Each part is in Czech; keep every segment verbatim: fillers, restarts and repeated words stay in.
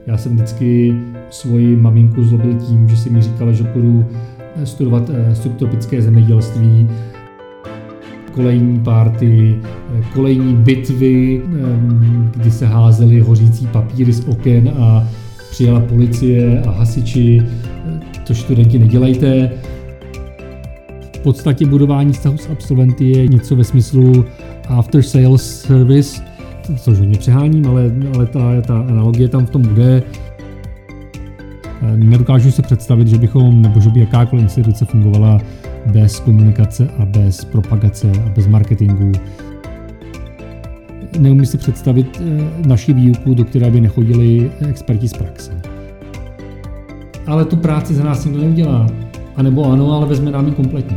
Já jsem vždycky svoji maminku zlobil tím, že si mi říkala, že budu studovat subtropické zemědělství, kolejní párty, kolejní bitvy, kdy se házely hořící papíry z oken a přijela policie a hasiči. To studenti nedělejte. V podstatě budování vztahu s absolventy je něco ve smyslu after sales service, což hodně přeháním, ale, ale ta, ta analogie tam v tom bude. Nedokážu si představit, že bychom, nebo že by jakákoliv instituce fungovala bez komunikace a bez propagace a bez marketingu. Neumím si představit naši výuku, do které by nechodili experti z praxe. Ale tu práci za nás nikdo neudělá. A nebo ano, ale vezme nám ji kompletně.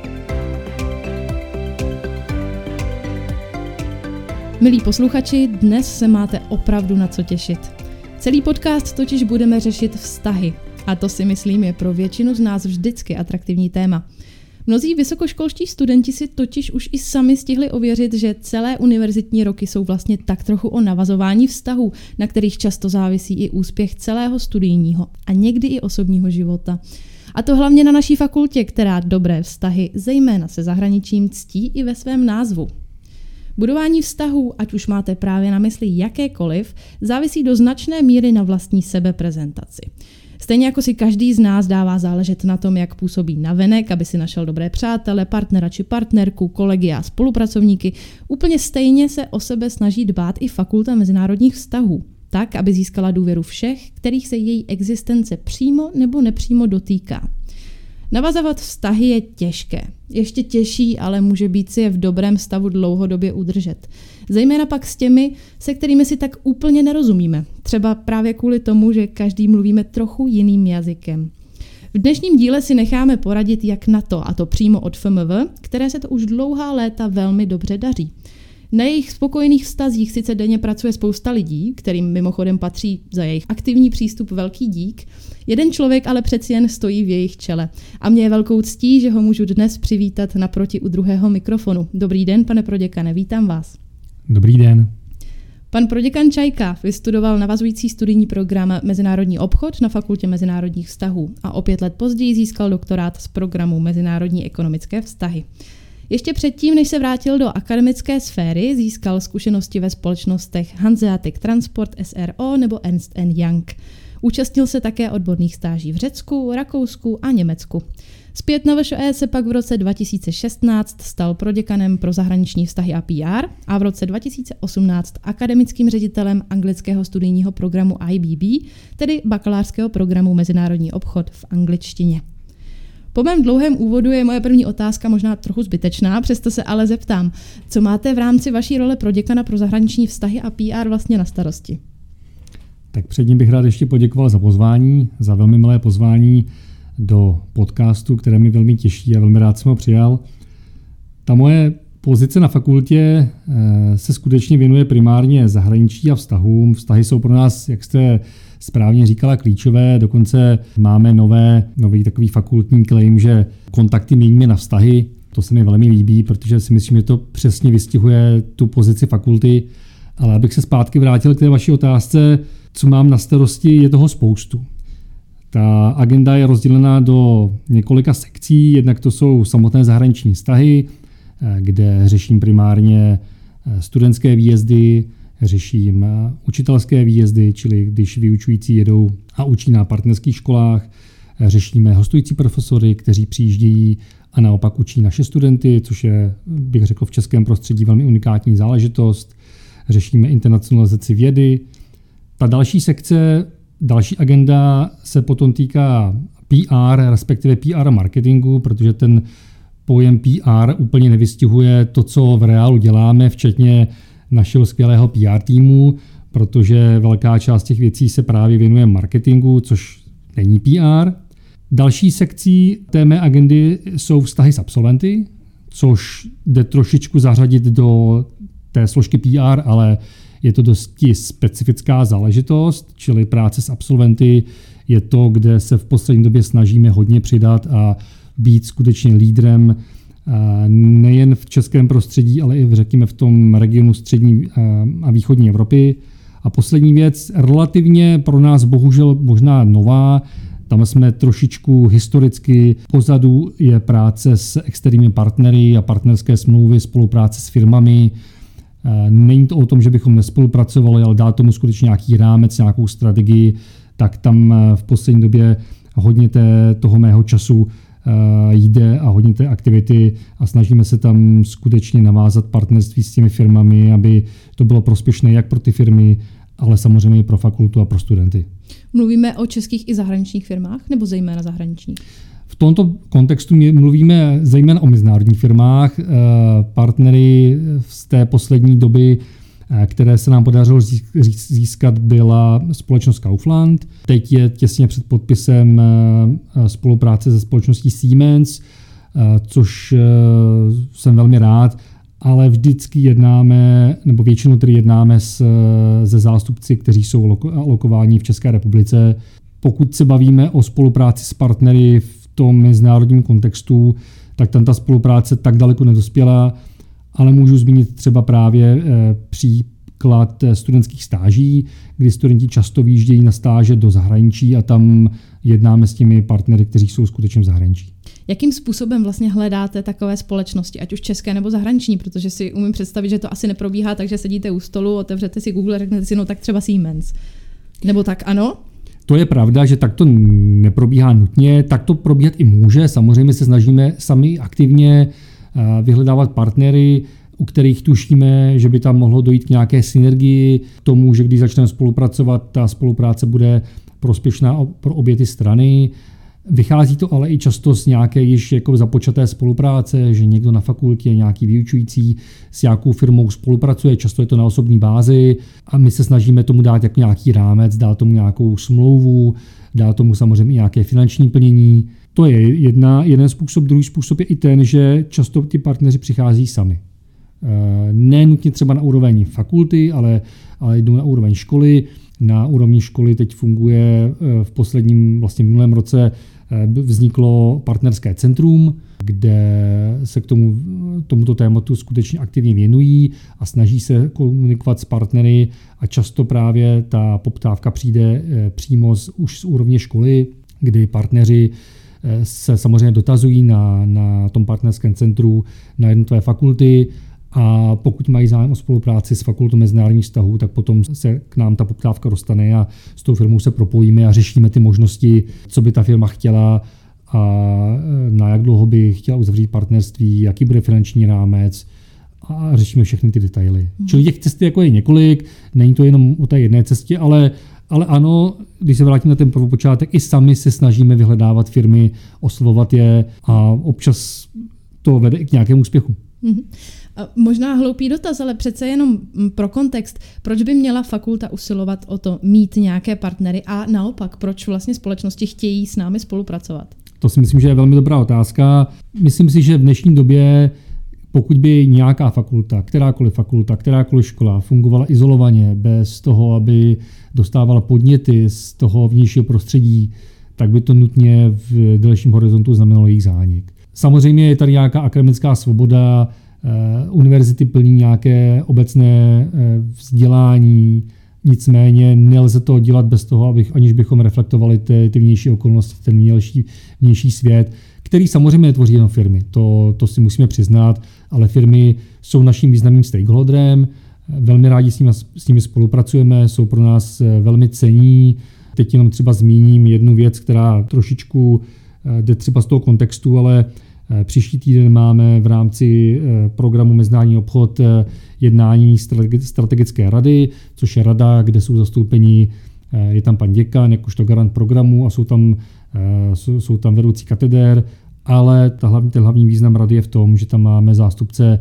Milí posluchači, dnes se máte opravdu na co těšit. Celý podcast totiž budeme řešit vztahy. A to si myslím je pro většinu z nás vždycky atraktivní téma. Mnozí vysokoškolští studenti si totiž už i sami stihli ověřit, že celé univerzitní roky jsou vlastně tak trochu o navazování vztahů, na kterých často závisí i úspěch celého studijního a někdy i osobního života. A to hlavně na naší fakultě, která dobré vztahy, zejména se zahraničím, ctí i ve svém názvu. Budování vztahů, ať už máte právě na mysli jakékoliv, závisí do značné míry na vlastní sebeprezentaci. Stejně jako si každý z nás dává záležet na tom, jak působí navenek, aby si našel dobré přátele, partnera či partnerku, kolegy a spolupracovníky, úplně stejně se o sebe snaží dbát i Fakulta mezinárodních vztahů, tak, aby získala důvěru všech, kterých se její existence přímo nebo nepřímo dotýká. Navazovat vztahy je těžké. Ještě těžší, ale může být si je v dobrém stavu dlouhodobě udržet. Zejména pak s těmi, se kterými si tak úplně nerozumíme. Třeba právě kvůli tomu, že každý mluvíme trochu jiným jazykem. V dnešním díle si necháme poradit, jak na to, a to přímo od F M V, které se to už dlouhá léta velmi dobře daří. Na jejich spokojených vztazích sice denně pracuje spousta lidí, kterým mimochodem patří za jejich aktivní přístup velký dík. Jeden člověk ale přeci jen stojí v jejich čele. A mě je velkou ctí, že ho můžu dnes přivítat naproti u druhého mikrofonu. Dobrý den, pane proděkane, vítám vás. Dobrý den. Pan proděkan Čajka vystudoval navazující studijní program Mezinárodní obchod na Fakultě mezinárodních vztahů a o pět let později získal doktorát z programu Mezinárodní ekonomické vztahy. Ještě předtím, než se vrátil do akademické sféry, získal zkušenosti ve společnostech Hanseatic Transport S R O nebo Ernst and Young. Účastnil se také odborných stáží v Řecku, Rakousku a Německu. Zpět na V Š E se pak v roce dva tisíce šestnáct stal proděkanem pro zahraniční vztahy a P R a v roce dva tisíce osmnáct akademickým ředitelem anglického studijního programu I B B, tedy bakalářského programu Mezinárodní obchod v angličtině. Po mém dlouhém úvodu je moje první otázka možná trochu zbytečná, přesto se ale zeptám, co máte v rámci vaší role proděkana pro zahraniční vztahy a P R vlastně na starosti? Tak předně bych rád ještě poděkoval za pozvání, za velmi milé pozvání do podcastu, které mi velmi těší a velmi rád jsem ho přijal. Ta moje pozice na fakultě se skutečně věnuje primárně zahraničí a vztahům. Vztahy jsou pro nás, jak jste správně říkala, klíčové. Dokonce máme nové, nový takový fakultní claim, že kontakty měníme na vztahy. To se mi velmi líbí, protože si myslím, že to přesně vystihuje tu pozici fakulty. Ale abych se zpátky vrátil k té vaší otázce, co mám na starosti, je toho spoustu. Ta agenda je rozdělená do několika sekcí. Jednak to jsou samotné zahraniční vztahy, kde řeším primárně studentské výjezdy, řeším učitelské výjezdy, čili když vyučující jedou a učí na partnerských školách, řešíme hostující profesory, kteří přijíždějí a naopak učí naše studenty, což je, bych řekl, v českém prostředí velmi unikátní záležitost. Řešíme internacionalizaci vědy. Ta další sekce, další agenda se potom týká P R, respektive P R marketingu, protože ten pojem P R úplně nevystihuje to, co v reálu děláme, včetně našeho skvělého P R týmu, protože velká část těch věcí se právě věnuje marketingu, což není P R. Další sekcí té mé agendy jsou vztahy s absolventy, což jde trošičku zařadit do té složky P R, ale je to dosti specifická záležitost, čili práce s absolventy je to, kde se v poslední době snažíme hodně přidat a být skutečně lídrem nejen v českém prostředí, ale i v, řekněme, v tom regionu střední a východní Evropy. A poslední věc, relativně pro nás bohužel možná nová, tam jsme trošičku historicky pozadu, je práce s externími partnery a partnerské smlouvy, spolupráce s firmami. Není to o tom, že bychom nespolupracovali, ale dát tomu skutečně nějaký rámec, nějakou strategii, tak tam v poslední době hodně té, toho mého času jde a hodně té aktivity a snažíme se tam skutečně navázat partnerství s těmi firmami, aby to bylo prospěšné jak pro ty firmy, ale samozřejmě i pro fakultu a pro studenty. Mluvíme o českých i zahraničních firmách, nebo zejména zahraničních? V tomto kontextu mluvíme zejména o mezinárodních firmách. Partnery z té poslední doby, které se nám podařilo získat, byla společnost Kaufland. Teď je těsně před podpisem spolupráce se společností Siemens, což jsem velmi rád, ale vždycky jednáme, nebo většinou tedy jednáme s, se zástupci, kteří jsou alokováni v České republice. Pokud se bavíme o spolupráci s partnery v tom mezinárodním kontextu, tak tam ta spolupráce tak daleko nedospěla, ale můžu zmínit třeba právě příklad studentských stáží, kdy studenti často výjíždějí na stáže do zahraničí a tam jednáme s těmi partnery, kteří jsou skutečně v zahraničí. Jakým způsobem vlastně hledáte takové společnosti, ať už české nebo zahraniční, protože si umím představit, že to asi neprobíhá, takže sedíte u stolu, otevřete si Google, řeknete si, no tak třeba Siemens. Nebo tak ano? To je pravda, že tak to neprobíhá nutně, tak to probíhat i může. Samozřejmě se snažíme sami aktivně vyhledávat partnery, u kterých tušíme, že by tam mohlo dojít k nějaké synergii, k tomu, že když začneme spolupracovat, ta spolupráce bude prospěšná pro obě ty strany. Vychází to ale i často z nějaké již jako započaté spolupráce, že někdo na fakultě, nějaký vyučující s nějakou firmou spolupracuje, často je to na osobní bázi a my se snažíme tomu dát jak nějaký rámec, dát tomu nějakou smlouvu, dát tomu samozřejmě nějaké finanční plnění. To je jedna, jeden způsob, druhý způsob je i ten, že často ti partneři přichází sami. Ne nutně třeba na úroveň fakulty, ale, ale jdou na úroveň školy. Na úrovni školy teď funguje v posledním, vlastně v minulém roce vzniklo partnerské centrum, kde se k tomu, tomuto tématu skutečně aktivně věnují a snaží se komunikovat s partnery a často právě ta poptávka přijde přímo z, už z úrovně školy, kdy partneři se samozřejmě dotazují na, na tom partnerském centru na jednotlivé fakulty. A pokud mají zájem o spolupráci s fakultou mezinárodních vztahů, tak potom se k nám ta poptávka dostane a s tou firmou se propojíme a řešíme ty možnosti, co by ta firma chtěla a na jak dlouho by chtěla uzavřít partnerství, jaký bude finanční rámec a řešíme všechny ty detaily. Hmm. Čili těch cest jako je několik, není to jenom o té jedné cestě, ale, ale ano, když se vrátím na ten prvopočátek, i sami se snažíme vyhledávat firmy, oslovovat je a občas to vede i k nějakému úspěchu. Hmm. Možná hloupý dotaz, ale přece jenom pro kontext, proč by měla fakulta usilovat o to mít nějaké partnery a naopak, proč vlastně společnosti chtějí s námi spolupracovat? To si myslím, že je velmi dobrá otázka. Myslím si, že v dnešní době, pokud by nějaká fakulta, kterákoliv fakulta, kterákoliv škola fungovala izolovaně, bez toho, aby dostávala podněty z toho vnějšího prostředí, tak by to nutně v delším horizontu znamenalo jejich zánik. Samozřejmě je tady nějaká akademická svoboda, univerzity plní nějaké obecné vzdělání, nicméně nelze to dělat bez toho, abych, aniž bychom reflektovali ty, ty vnější okolnosti, ten vnější, vnější svět, který samozřejmě netvoří jenom firmy, to, to si musíme přiznat, ale firmy jsou naším významným stakeholderem, velmi rádi s nimi, s nimi spolupracujeme, jsou pro nás velmi cenní. Teď jenom třeba zmíním jednu věc, která trošičku jde třeba z toho kontextu, ale příští týden máme v rámci programu Mezinárodní obchod jednání strategické rady, což je rada, kde jsou zastoupeni, je tam pan děkan, jakožto garant programu a jsou tam, jsou, jsou tam vedoucí katedér, ale ta hlavní, ten hlavní význam rady je v tom, že tam máme zástupce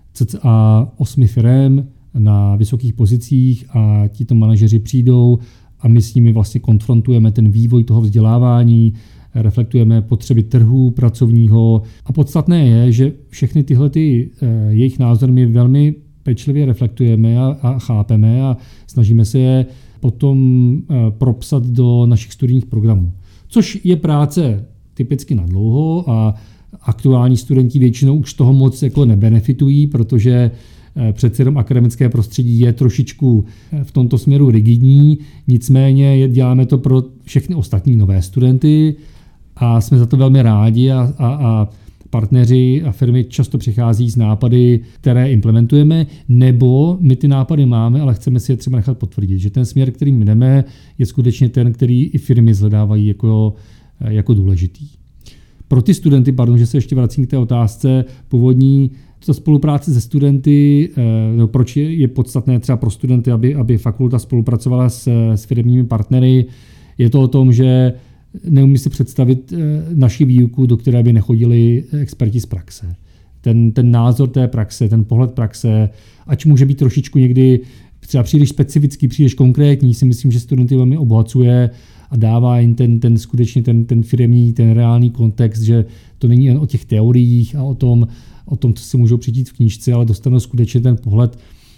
cca osmi firem na vysokých pozicích a tito manažeři přijdou a my s nimi vlastně konfrontujeme ten vývoj toho vzdělávání, reflektujeme potřeby trhu pracovního a podstatné je, že všechny tyhle ty, jejich názory my velmi pečlivě reflektujeme a, a chápeme a snažíme se je potom propsat do našich studijních programů. Což je práce typicky na dlouho a aktuální studenti většinou už toho moc jako nebenefitují, protože přece jenom akademické prostředí je trošičku v tomto směru rigidní, nicméně děláme to pro všechny ostatní nové studenty a jsme za to velmi rádi a, a, a partneři a firmy často přichází s nápady, které implementujeme, nebo my ty nápady máme, ale chceme si je třeba nechat potvrdit, že ten směr, kterým jdeme, je skutečně ten, který i firmy zhledávají jako, jako důležitý. Pro ty studenty, pardon, že se ještě vracím k té otázce původní, ta spolupráce se studenty, no, proč je, je podstatné třeba pro studenty, aby, aby fakulta spolupracovala s, s firmními partnery, je to o tom, že neumí si představit naši výuku, do které by nechodili experti z praxe. Ten, ten názor té praxe, ten pohled praxe, ať může být trošičku někdy třeba příliš specifický, příliš konkrétní, si myslím, že studenty velmi obohacuje a dává jim ten, ten skutečně ten, ten firemní, ten reálný kontext, že to není jen o těch teoriích a o tom, o tom, co si můžou přečíst v knížce, ale dostanou skutečně ten pohled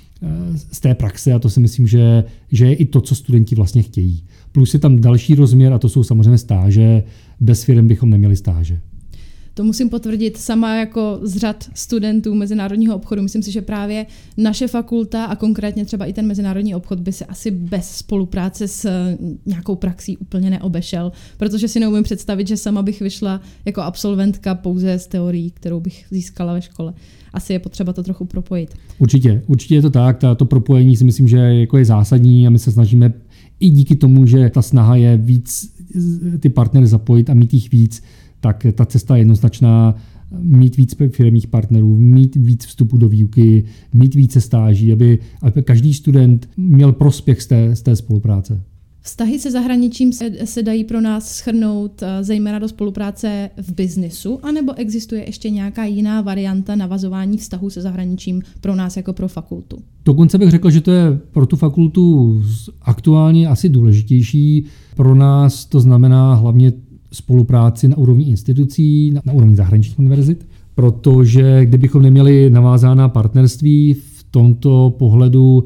z té praxe a to si myslím, že, že je i to, co studenti vlastně chtějí. Plus je tam další rozměr a to jsou samozřejmě stáže. Bez firem bychom neměli stáže. To musím potvrdit sama jako z řad studentů mezinárodního obchodu. Myslím si, že právě naše fakulta a konkrétně třeba i ten mezinárodní obchod by se asi bez spolupráce s nějakou praxí úplně neobešel, protože si neumím představit, že sama bych vyšla jako absolventka pouze z teorií, kterou bych získala ve škole. Asi je potřeba to trochu propojit. Určitě, určitě je to tak. To propojení si myslím, že jako je zásadní a my se snažíme i díky tomu, že ta snaha je víc ty partnery zapojit a mít jich víc, tak ta cesta je jednoznačná, mít víc firemních partnerů, mít víc vstupu do výuky, mít více stáží, aby, aby každý student měl prospěch z té, z té spolupráce. Vztahy se zahraničím se, se dají pro nás shrnout zejména do spolupráce v biznisu, anebo existuje ještě nějaká jiná varianta navazování vztahů se zahraničím pro nás jako pro fakultu? Dokonce bych řekl, že to je pro tu fakultu aktuálně asi důležitější. Pro nás to znamená hlavně spolupráci na úrovni institucí, na, na úrovni zahraničních univerzit, protože kdybychom neměli navázána partnerství v tomto pohledu,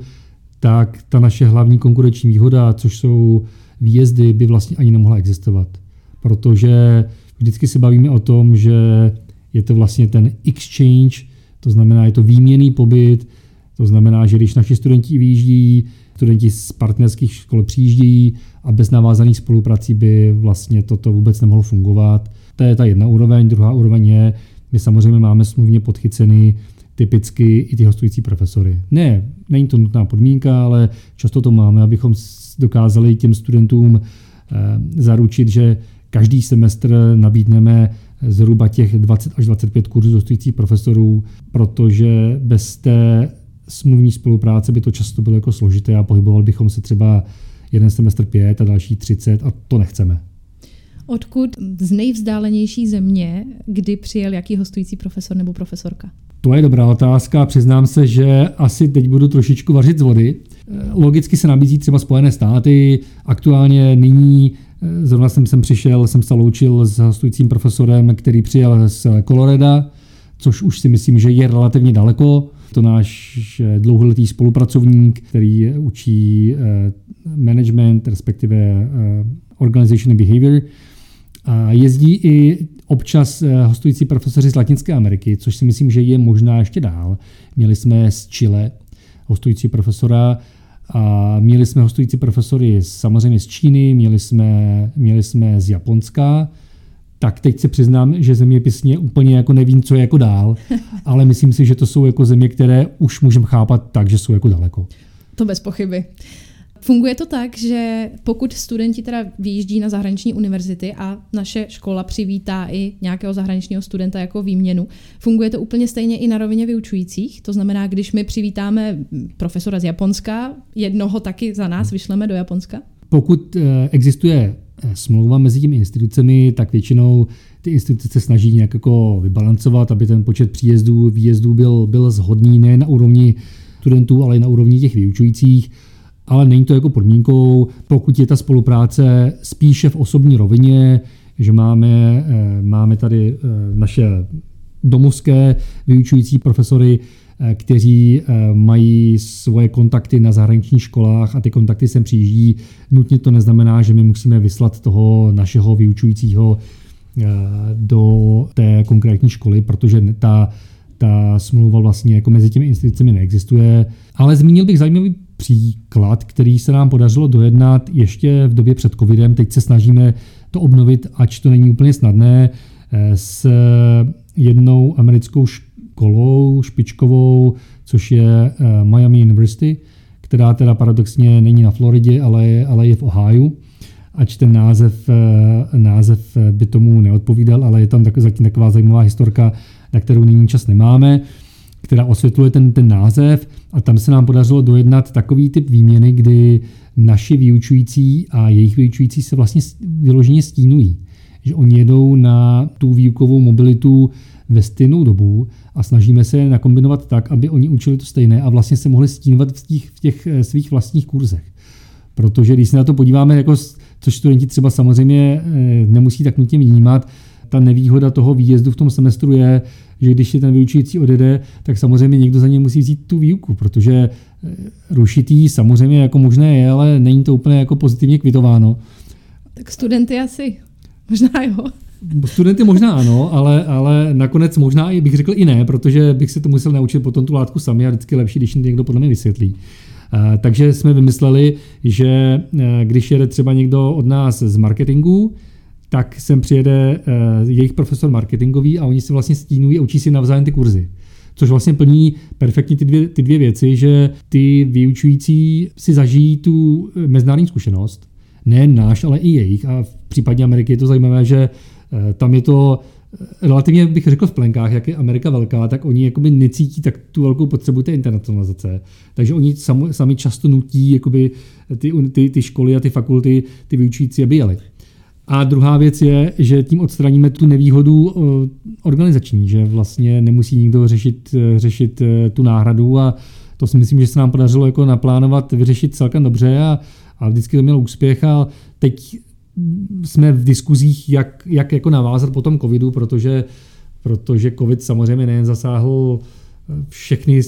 tak ta naše hlavní konkurenční výhoda, což jsou výjezdy, by vlastně ani nemohla existovat. Protože vždycky se bavíme o tom, že je to vlastně ten exchange, to znamená, je to výměnný pobyt, to znamená, že když naši studenti vyjíždí, studenti z partnerských škol přijíždějí a bez navázaných spoluprací by vlastně toto vůbec nemohlo fungovat. To je ta jedna úroveň, druhá úroveň je, my samozřejmě máme smluvně podchyceny typicky i ty hostující profesory. Ne, není to nutná podmínka, ale často to máme, abychom dokázali těm studentům eh, zaručit, že každý semestr nabídneme zhruba těch dvacet až dvacet pět kurzů hostujících profesorů, protože bez té smluvní spolupráce by to často bylo jako složité a pohybovali bychom se třeba jeden semestr pět a další třicet a to nechceme. Odkud z nejvzdálenější země, kdy přijel jaký hostující profesor nebo profesorka? To je dobrá otázka. Přiznám se, že asi teď budu trošičku vařit z vody. Logicky se nabízí třeba Spojené státy. Aktuálně nyní, zrovna jsem sem přišel, jsem se loučil s hostujícím profesorem, který přijel z Colorada, což už si myslím, že je relativně daleko. To náš dlouholetý spolupracovník, který učí management, respektive organizational behavior. A jezdí i občas hostující profesoři z Latinské Ameriky, což si myslím, že je možná ještě dál. Měli jsme z Chile hostující profesora a měli jsme hostující profesory samozřejmě z Číny, měli jsme, měli jsme z Japonska. Tak teď se přiznám, že zeměpisně úplně jako nevím, co je jako dál, ale myslím si, že to jsou jako země, které už můžeme chápat tak, že jsou jako daleko. To bez pochyby. Funguje to tak, že pokud studenti teda vyjíždí na zahraniční univerzity a naše škola přivítá i nějakého zahraničního studenta jako výměnu, funguje to úplně stejně i na rovině vyučujících? To znamená, když my přivítáme profesora z Japonska, jednoho taky za nás vyšleme do Japonska? Pokud existuje smlouva mezi těmi institucemi, tak většinou ty instituce se snaží nějak jako vybalancovat, aby ten počet příjezdů, výjezdů byl, byl shodný ne na úrovni studentů, ale i na úrovni těch vyučujících. Ale není to jako podmínkou, pokud je ta spolupráce spíše v osobní rovině, že máme, máme tady naše domovské vyučující profesory, kteří mají svoje kontakty na zahraničních školách a ty kontakty sem přijíždí. Nutně to neznamená, že my musíme vyslat toho našeho vyučujícího do té konkrétní školy, protože ta, ta smlouva vlastně jako mezi těmi institucemi neexistuje. Ale zmínil bych zajímavý příklad, který se nám podařilo dojednat ještě v době před covidem. Teď se snažíme to obnovit, ač to není úplně snadné, s jednou americkou školou špičkovou, což je Miami University, která teda paradoxně není na Floridě, ale, ale je v Ohiu. Ač ten název, název by tomu neodpovídal, ale je tam tak, zatím taková zajímavá historka, na kterou nyní čas nemáme, která osvětluje ten, ten název, a tam se nám podařilo dojednat takový typ výměny, kdy naši vyučující a jejich vyučující se vlastně vyloženě stínují. Že oni jedou na tu výukovou mobilitu ve stejnou dobu a snažíme se je nakombinovat tak, aby oni učili to stejné a vlastně se mohli stínovat v těch, v těch svých vlastních kurzech. Protože když se na to podíváme, jako, což studenti třeba samozřejmě nemusí tak nutně vnímat, ta nevýhoda toho výjezdu v tom semestru je, že když si ten vyučující odjede, tak samozřejmě někdo za ně musí vzít tu výuku, protože rušit ji samozřejmě jako možné je, ale není to úplně jako pozitivně kvitováno. Tak studenty asi, možná jo. Studenty možná ano, ale, ale nakonec možná i bych řekl i ne, protože bych se to musel naučit potom tu látku sami a vždycky je lepší, když někdo podle mě vysvětlí. Takže jsme vymysleli, že když jede třeba někdo od nás z marketingu, tak sem přijede jejich profesor marketingový a oni si vlastně stínují a učí si navzájem ty kurzy. Což vlastně plní perfektně ty dvě, ty dvě věci, že ty vyučující si zažijí tu mezinárodní zkušenost, ne náš, ale i jejich. A v případě Ameriky je to zajímavé, že tam je to relativně, bych řekl, v plenkách, jak je Amerika velká, tak oni jakoby necítí tak tu velkou potřebu té internacionalizace. Takže oni sami, sami často nutí jakoby ty, ty, ty školy a ty fakulty, ty vyučující, aby jeli. A druhá věc je, že tím odstraníme tu nevýhodu organizační, že vlastně nemusí nikdo řešit, řešit tu náhradu, a to si myslím, že se nám podařilo jako naplánovat, vyřešit celkem dobře a, a vždycky to mělo úspěch. A teď jsme v diskuzích, jak, jak jako navázat po tom covidu, protože, protože covid samozřejmě nejen zasáhl všechny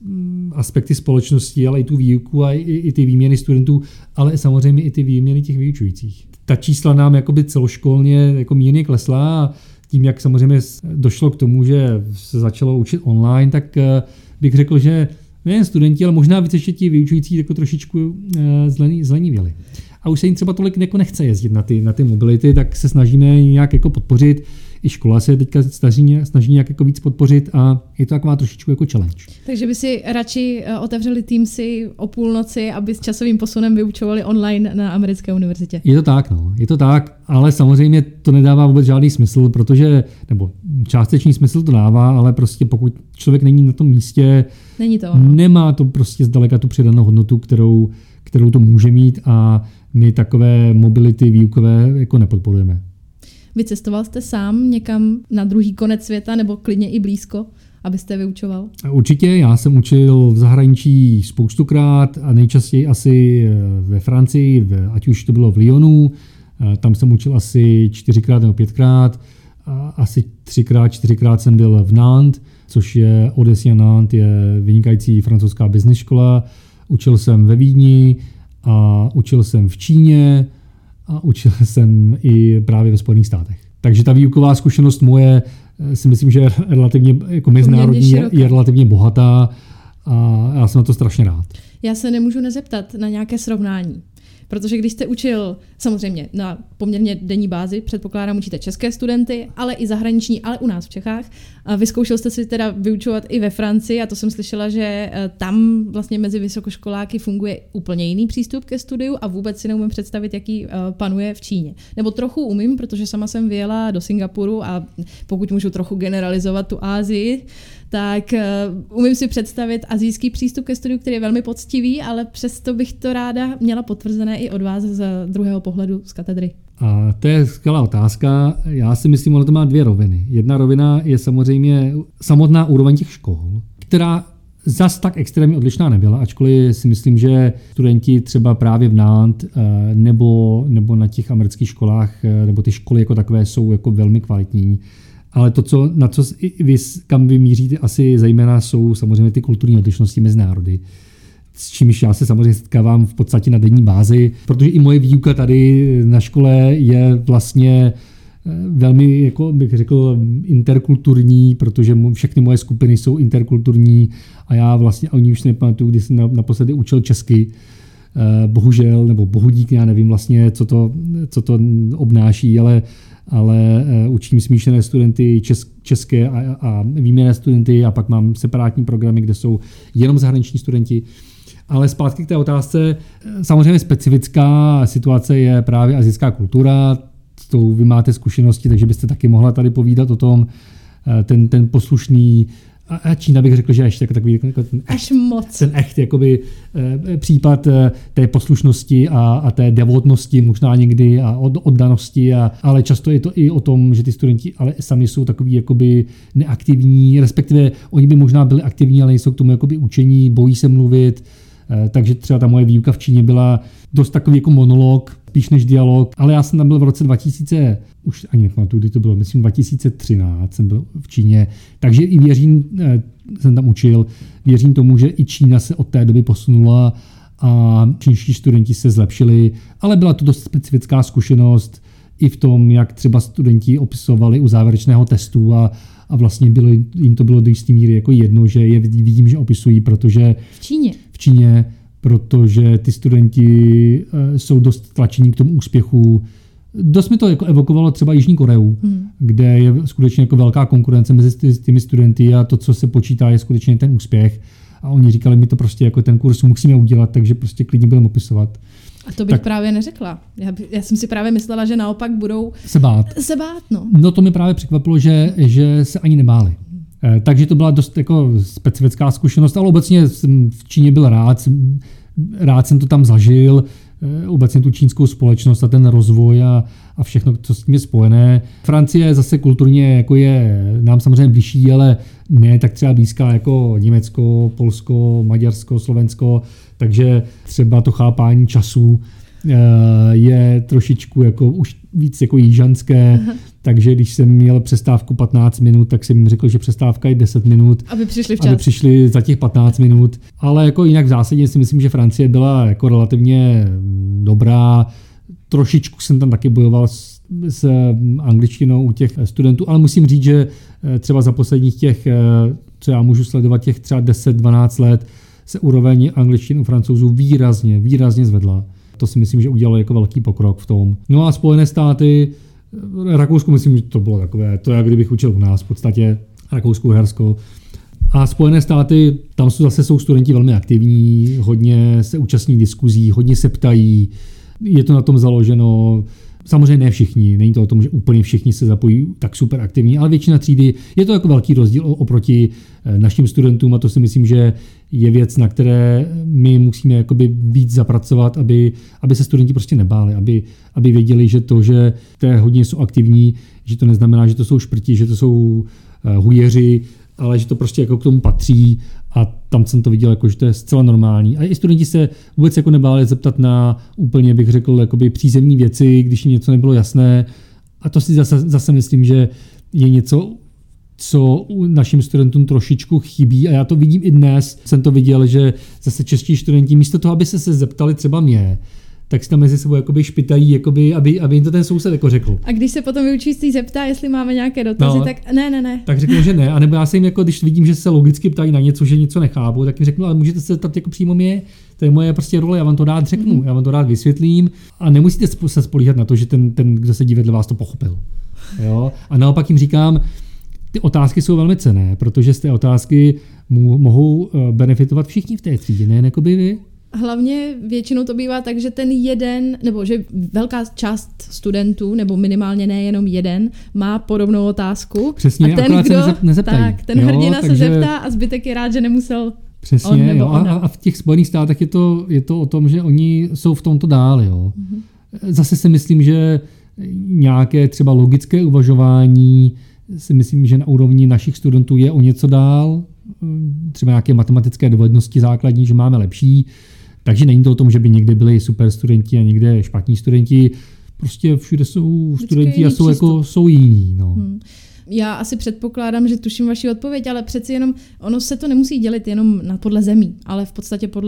aspekty společnosti, ale i tu výuku a i, i ty výměny studentů, ale samozřejmě i ty výměny těch vyučujících. Ta čísla nám jakoby celoškolně jako mírně klesla a tím, jak samozřejmě došlo k tomu, že se začalo učit online, tak bych řekl, že nejen studenti, ale možná víc ještě ti vyučující jako trošičku zlenivěli. A už se jim třeba tolik jako nechce jezdit na ty, na ty mobility, tak se snažíme nějak jako podpořit. I škola se teďka snaží, snaží nějak jako víc podpořit a je to taková trošičku jako challenge. Takže by si radši otevřeli Teamsy o půlnoci, aby s časovým posunem vyučovali online na americké univerzitě. Je to tak, no. Je to tak, ale samozřejmě to nedává vůbec žádný smysl, protože, nebo částečný smysl to dává, ale prostě pokud člověk není na tom místě, není to ono. Nemá to prostě zdaleka tu přidanou hodnotu, kterou, kterou to může mít, a my takové mobility výukové jako nepodporujeme. Vycestoval jste sám někam na druhý konec světa nebo klidně i blízko, abyste vyučoval? Určitě, já jsem učil v zahraničí spoustukrát a nejčastěji asi ve Francii, ať už to bylo v Lyonu, tam jsem učil asi čtyřikrát nebo pětkrát, a asi třikrát, čtyřikrát jsem byl v Nantes, což je Odessia Nantes, je vynikající francouzská business škola. Učil jsem ve Vídni a učil jsem v Číně a učil jsem i právě ve Spojených státech. Takže ta výuková zkušenost moje si myslím, že je relativně jako mezinárodní, je, je relativně bohatá a já jsem na to strašně rád. Já se nemůžu nezeptat na nějaké srovnání. Protože když jste učil samozřejmě na poměrně denní bázi, předpokládám, učíte české studenty, ale i zahraniční, ale u nás v Čechách. A vyzkoušel jste si teda vyučovat i ve Francii a to jsem slyšela, že tam vlastně mezi vysokoškoláky funguje úplně jiný přístup ke studiu a vůbec si neumím představit, jaký panuje v Číně. Nebo trochu umím, protože sama jsem vyjela do Singapuru a pokud můžu trochu generalizovat tu Asii, tak uh, umím si představit asijský přístup ke studiu, který je velmi poctivý, ale přesto bych to ráda měla potvrzené i od vás z druhého pohledu z katedry. A to je skvělá otázka. Já si myslím, že to má dvě roviny. Jedna rovina je samozřejmě samotná úroveň těch škol, která zas tak extrémně odlišná nebyla, ačkoliv si myslím, že studenti třeba právě v Nantes nebo, nebo na těch amerických školách, nebo ty školy jako takové jsou jako velmi kvalitní. Ale to, co, na co vy, kam vy míříte, asi zejména jsou samozřejmě ty kulturní odlišnosti mezi národy. S čímž já se samozřejmě setkávám v podstatě na denní bázi, protože i moje výuka tady na škole je vlastně velmi, jako bych řekl, interkulturní, protože všechny moje skupiny jsou interkulturní a já vlastně oni už si nepamatuju, když jsem naposledy učil česky, bohužel, nebo bohudík, já nevím vlastně, co to, co to obnáší, ale, ale učím smíšené studenty české a, a výměnné studenty a pak mám separátní programy, kde jsou jenom zahraniční studenti. Ale zpátky k té otázce, samozřejmě specifická situace je právě asijská kultura, s tou vy máte zkušenosti, takže byste taky mohla tady povídat o tom, ten, ten poslušný, a Čína bych řekl, že ještě jako takový jako ten echt, až moc. Ten echt jakoby, e, případ e, té poslušnosti a, a té devotnosti možná někdy a od, oddanosti, a, ale často je to i o tom, že ty studenti ale sami jsou takový jakoby neaktivní, respektive oni by možná byli aktivní, ale nejsou k tomu jakoby učení, bojí se mluvit, e, takže třeba ta moje výuka v Číně byla dost takový jako monolog, spíš než dialog, ale já jsem tam byl v roce dva tisíce, už ani nepamatuju, kdy to bylo, myslím dva tisíce třináct jsem byl v Číně, takže i věřím, jsem tam učil, věřím tomu, že i Čína se od té doby posunula a čínští studenti se zlepšili, ale byla to dost specifická zkušenost i v tom, jak třeba studenti opisovali u závěrečného testu a, a vlastně bylo, jim to bylo do jisté míry jako jedno, že je vidím, že opisují, protože v Číně. V Číně protože ty studenti jsou dost tlačení k tomu úspěchu. Dost mi to jako evokovalo třeba Jižní Koreu, hmm. kde je skutečně jako velká konkurence mezi těmi studenty a to, co se počítá, je skutečně ten úspěch. A oni říkali, my to prostě jako ten kurz musíme udělat, takže prostě klidně budeme opisovat. A to bych tak právě neřekla. Já, by, já jsem si právě myslela, že naopak budou se bát. Se bát, no. No to mi právě překvapilo, že, že se ani nebáli. Takže to byla dost jako specifická zkušenost, ale obecně jsem v Číně byl rád, rád jsem to tam zažil, obecně tu čínskou společnost a ten rozvoj a, a všechno, co s tím je spojené. Francie zase kulturně jako je nám samozřejmě blížší, ale ne tak třeba blízká jako Německo, Polsko, Maďarsko, Slovensko, takže třeba to chápání času je trošičku jako už víc jako jižanské, aha. Takže když jsem měl přestávku patnáct minut, tak jsem jim řekl, že přestávka je deset minut, aby přišli včas. Aby přišli za těch patnáct minut, ale jako jinak v zásadě si myslím, že Francie byla jako relativně dobrá. Trošičku jsem tam taky bojoval s, s angličtinou u těch studentů, ale musím říct, že třeba za posledních těch, co já můžu sledovat, těch třeba deset dvanáct let se úroveň angličtiny u Francouzů výrazně, výrazně zvedla. To si myslím, že udělalo jako velký pokrok v tom. No a Spojené státy, Rakousko, myslím, že to bylo takové, to jak kdybych učil u nás v podstatě, Rakousko, Uhersko. A Spojené státy, tam jsou zase jsou studenti velmi aktivní, hodně se účastní diskuzí, hodně se ptají, je to na tom založeno. Samozřejmě ne všichni, není to o tom, že úplně všichni se zapojí tak super aktivní, ale většina třídy, je to jako velký rozdíl oproti našim studentům a to si myslím, že je věc, na které my musíme jakoby víc zapracovat, aby, aby se studenti prostě nebáli, aby, aby věděli, že to, že té hodně jsou aktivní, že to neznamená, že to jsou šprti, že to jsou hujeři, ale že to prostě jako k tomu patří a tam jsem to viděl, jako, že to je zcela normální. A i studenti se vůbec jako nebáli zeptat na úplně, bych řekl, jakoby přízemní věci, když jim něco nebylo jasné. A to si zase, zase myslím, že je něco, co našim studentům trošičku chybí a já to vidím i dnes. Jsem to viděl, že zase čeští studenti místo toho, aby se se zeptali třeba mě, tak si tam mezi sebou jakoby špitají, jakoby, aby, aby jim to ten soused jako řekl. A když se potom vyučující zeptá, jestli máme nějaké dotazy, no, tak ne, ne, ne. Tak řeknu, že ne. A nebo já se jim, jako, když vidím, že se logicky ptají na něco, že něco nechápu, tak jim řeknu, ale můžete se zeptat jako přímo mě, to je moje prostě role, já vám to rád řeknu, mm-hmm. já vám to rád vysvětlím a nemusíte se spolíhat na to, že ten, ten kdo sedí vedle vás, to pochopil. Jo? A naopak jim říkám, ty otázky jsou velmi cenné, protože z té otázky mu, mohou benefitovat všichni v té třídě, nejen jakoby vy. Hlavně většinou to bývá tak, že ten jeden, nebo že velká část studentů, nebo minimálně nejenom jeden, má podobnou otázku. Přesně, a ten, akorát kdo, se nezeptají. Tak, ten jo, hrdina takže... se zeptá a zbytek je rád, že nemusel. Přesně, on nebo jo. A, a v těch Spojených státech je to, je to o tom, že oni jsou v tomto dál. Jo. Mm-hmm. Zase si myslím, že nějaké třeba logické uvažování si myslím, že na úrovni našich studentů je o něco dál. Třeba nějaké matematické dovednosti základní, že máme lepší. Takže není to o tom, že by někde byli super studenti a někde špatní studenti. Prostě všude jsou vždycky studenti a jsou, jako, jsou jiní. No. Hmm. Já asi předpokládám, že tuším vaši odpověď, ale přeci jenom ono se to nemusí dělit jenom na, podle zemí, ale v podstatě podle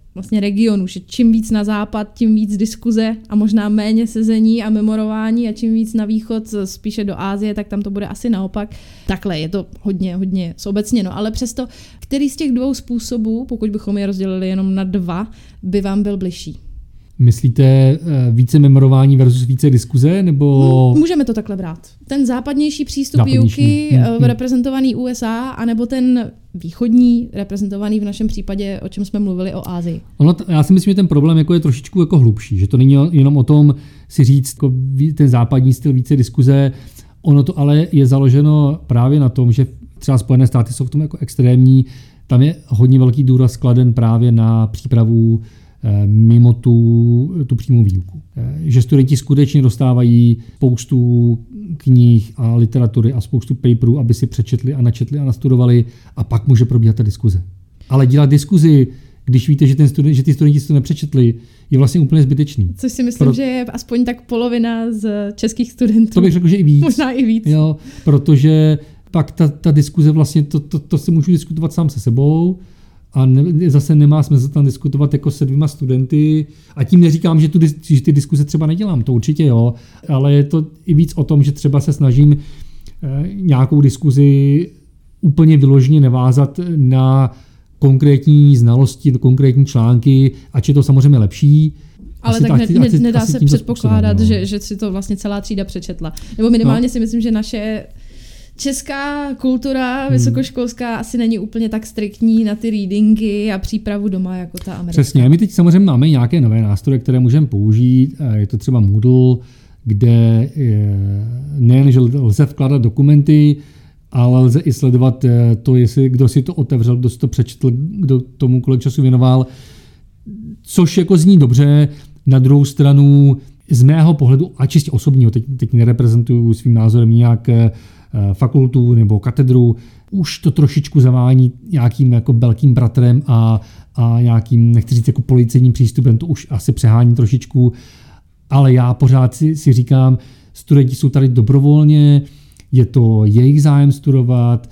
vlastně regionů, že čím víc na západ, tím víc diskuze a možná méně sezení a memorování a čím víc na východ, spíše do Asie, tak tam to bude asi naopak. Takhle je to hodně, hodně zobecněno, ale přesto, který z těch dvou způsobů, pokud bychom je rozdělili jenom na dva, by vám byl bližší? Myslíte více memorování versus více diskuze, nebo... Můžeme to takhle brát. Ten západnější přístup západnější. výuky, hmm. reprezentovaný U S A, anebo ten východní, reprezentovaný v našem případě, o čem jsme mluvili, o Asii. Ono, já si myslím, že ten problém jako je trošičku jako hlubší, že to není jenom o tom si říct jako ten západní styl více diskuze, ono to ale je založeno právě na tom, že třeba Spojené státy jsou v tom jako extrémní, tam je hodně velký důraz kladen právě na přípravu mimo tu, tu přímou výuku. Že studenti skutečně dostávají spoustu knih a literatury a spoustu paperů, aby si přečetli a načetli a nastudovali a pak může probíhat ta diskuze. Ale dělat diskuzi, když víte, že, ten student, že ty studenti si to nepřečetli, je vlastně úplně zbytečný. Což si myslím, Pro... že je aspoň tak polovina z českých studentů. To bych řekl, že i víc. Možná i víc. Jo, protože pak ta, ta diskuze vlastně, to, to, to si můžu diskutovat sám se sebou, a ne, zase nemá smysl tam diskutovat jako se dvěma studenty. A tím neříkám, že, tu, že ty diskuze třeba nedělám, to určitě jo, ale je to i víc o tom, že třeba se snažím eh, nějakou diskuzi úplně vyloženě nevázat na konkrétní znalosti, konkrétní články, ač je to samozřejmě lepší. Ale asi, tak ne, asi, nedá asi se předpokládat, že, že si to vlastně celá třída přečetla. Nebo minimálně no. si myslím, že naše česká kultura hmm. vysokoškolská asi není úplně tak striktní na ty readingy a přípravu doma jako ta americká. Přesně, my teď samozřejmě máme nějaké nové nástroje, které můžeme použít. Je to třeba Moodle, kde nejen, že lze vkládat dokumenty, ale lze i sledovat to, jestli kdo si to otevřel, kdo si to přečetl, kdo tomu kolik času věnoval. Což jako zní dobře, na druhou stranu z mého pohledu, a čistě osobního, teď, teď nereprezentuju svým názorem nějak fakultu nebo katedru, už to trošičku zavání nějakým jako velkým bratrem a, a nějakým, nechci říct, jako policejním přístupem, to už asi přehání trošičku, ale já pořád si, si říkám, studenti jsou tady dobrovolně, je to jejich zájem studovat,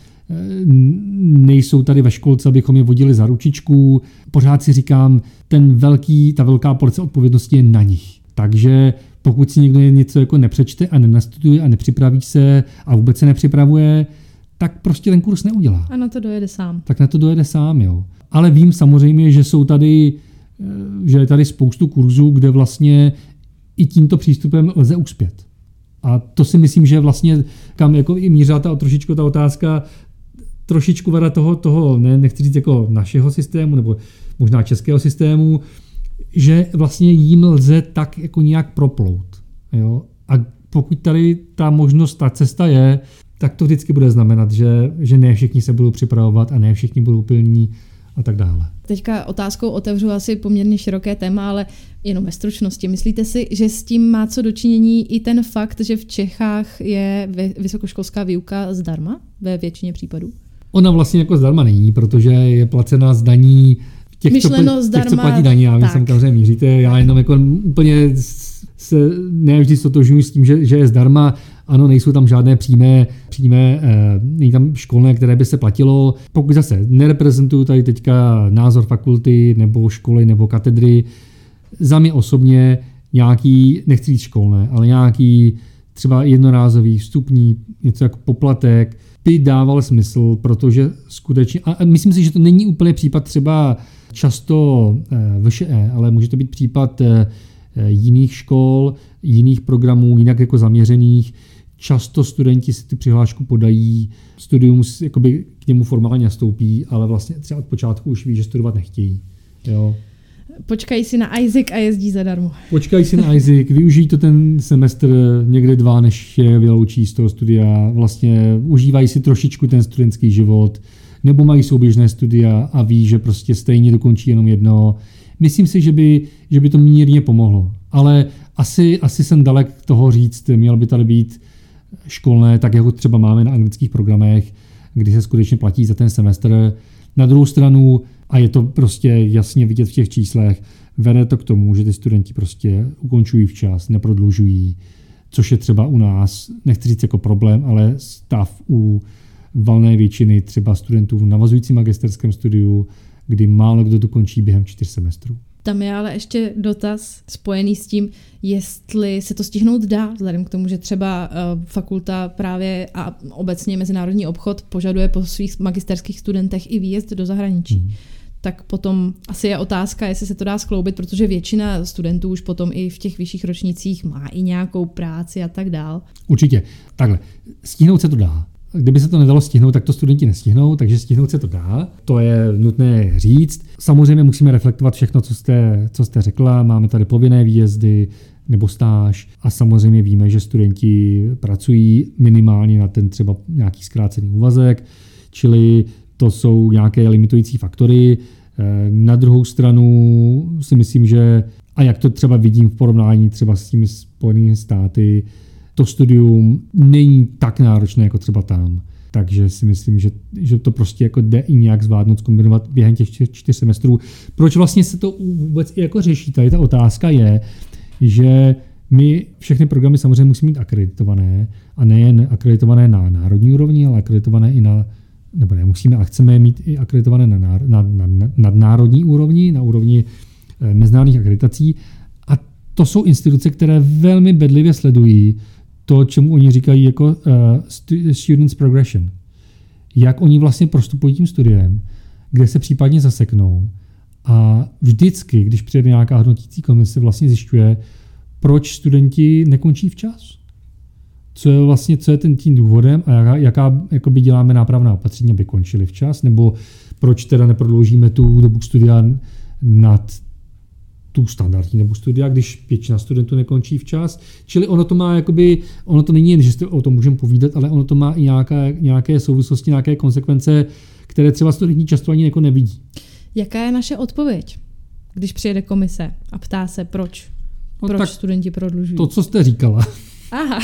nejsou tady ve školce, abychom je vodili za ručičku, pořád si říkám, ten velký, ta velká porce odpovědnosti je na nich. Takže pokud si někdo něco jako nepřečte a nenastuduje a nepřipraví se a vůbec se nepřipravuje, tak prostě ten kurz neudělá. A na to dojede sám. Tak na to dojede sám, jo. Ale vím samozřejmě, že jsou tady, že je tady spoustu kurzů, kde vlastně i tímto přístupem lze uspět. A to si myslím, že vlastně kam jako i mířila ta trošičku ta otázka, trošičku vada toho, toho ne, nechci říct jako našeho systému, nebo možná českého systému, že vlastně jim lze tak jako nějak proplout. Jo? A pokud tady ta možnost, ta cesta je, tak to vždycky bude znamenat, že, že ne všichni se budou připravovat a ne všichni budou pilní a tak dále. Teďka otázkou otevřu asi poměrně široké téma, ale jenom ve stručnosti. Myslíte si, že s tím má co dočinění i ten fakt, že v Čechách je vysokoškolská výuka zdarma ve většině případů? Ona vlastně jako zdarma není, protože je placená z daní těch, Myšleno co, zdarma, těch, co platí daní. Já vím, kam se míříte. Já jenom jako úplně se ne vždy stotožňuji s tím, že, že je zdarma. Ano, nejsou tam žádné přímé, přímé eh, není tam školné, které by se platilo. Pokud zase nereprezentuju tady teďka názor fakulty nebo školy nebo katedry, za mě osobně nějaký, nechci říct školné, ale nějaký třeba jednorázový vstupní, něco jako poplatek, by dával smysl, protože skutečně, a myslím si, že to není úplně případ třeba často V Š E, ale může to být případ jiných škol, jiných programů, jinak jako zaměřených. Často studenti si tu přihlášku podají, studium jakoby k němu formálně nastoupí, ale vlastně třeba od počátku už ví, že studovat nechtějí. Jo. Počkají si na Isaac a jezdí zadarmo. Počkají si na Isaac, využijí to ten semestr někde dva, než je vyloučí z toho studia. Vlastně užívají si trošičku ten studentský život, nebo mají souběžné studia a ví, že prostě stejně dokončí jenom jedno. Myslím si, že by, že by to mírně pomohlo. Ale asi, asi jsem dalek toho říct, mělo by tady být školné, tak jako třeba máme na anglických programech, kdy se skutečně platí za ten semestr. Na druhou stranu, a je to prostě jasně vidět v těch číslech, vede to k tomu, že ty studenti prostě ukončují včas, neprodlužují, což je třeba u nás, nechci říct jako problém, ale stav u valné většiny třeba studentů v navazujícím magisterském studiu, kdy málo kdo dokončí během čtyř semestrů. Tam je ale ještě dotaz spojený s tím, jestli se to stihnout dá, vzhledem k tomu, že třeba uh, fakulta právě a obecně mezinárodní obchod požaduje po svých magisterských studentech i výjezd do zahraničí. Mm. Tak potom asi je otázka, jestli se to dá skloubit, protože většina studentů už potom i v těch vyšších ročnících má i nějakou práci a tak dál. Určitě. Takhle. Stihnout se to dá. Kdyby se to nedalo stihnout, tak to studenti nestihnou, takže stihnout se to dá. To je nutné říct. Samozřejmě musíme reflektovat všechno, co jste, co jste řekla. Máme tady povinné výjezdy nebo stáž a samozřejmě víme, že studenti pracují minimálně na ten třeba nějaký zkrácený úvazek, čili to jsou nějaké limitující faktory. Na druhou stranu si myslím, že a jak to třeba vidím v porovnání třeba s těmi Spojenými státy, to studium není tak náročné jako třeba tam. Takže si myslím, že, že to prostě jako jde i nějak zvládnout, zkombinovat během těch čtyř, čtyř semestrů. Proč vlastně se to vůbec i jako řeší? Tady ta otázka je, že my všechny programy samozřejmě musíme mít akreditované a nejen akreditované na národní úrovni, ale akreditované i na, nebo ne, musíme a chceme mít i akreditované na, na, na, na nadnárodní úrovni, na úrovni eh, mezinárodních akreditací. A to jsou instituce, které velmi bedlivě sledují to, čemu oni říkají jako uh, students progression. Jak oni vlastně prostupují tím studiem, kde se případně zaseknou. A vždycky, když přijde nějaká hodnotící komise, vlastně zjišťuje, proč studenti nekončí včas. Co je vlastně, co je ten tím důvodem a jaká, jaká jakoby děláme nápravná opatření, aby končili včas, nebo proč teda neprodloužíme tu dobu studia nad tu standardní dobu studia, když většina studentů nekončí včas. Čili ono to má jakoby, ono to není jen, že o tom můžeme povídat, ale ono to má i nějaké, nějaké souvislosti, nějaké konsekvence, které třeba studenti často ani jako nevidí. Jaká je naše odpověď, když přijede komise a ptá se, proč, no, proč studenti prodlužují? To, co jste říkala. Aha.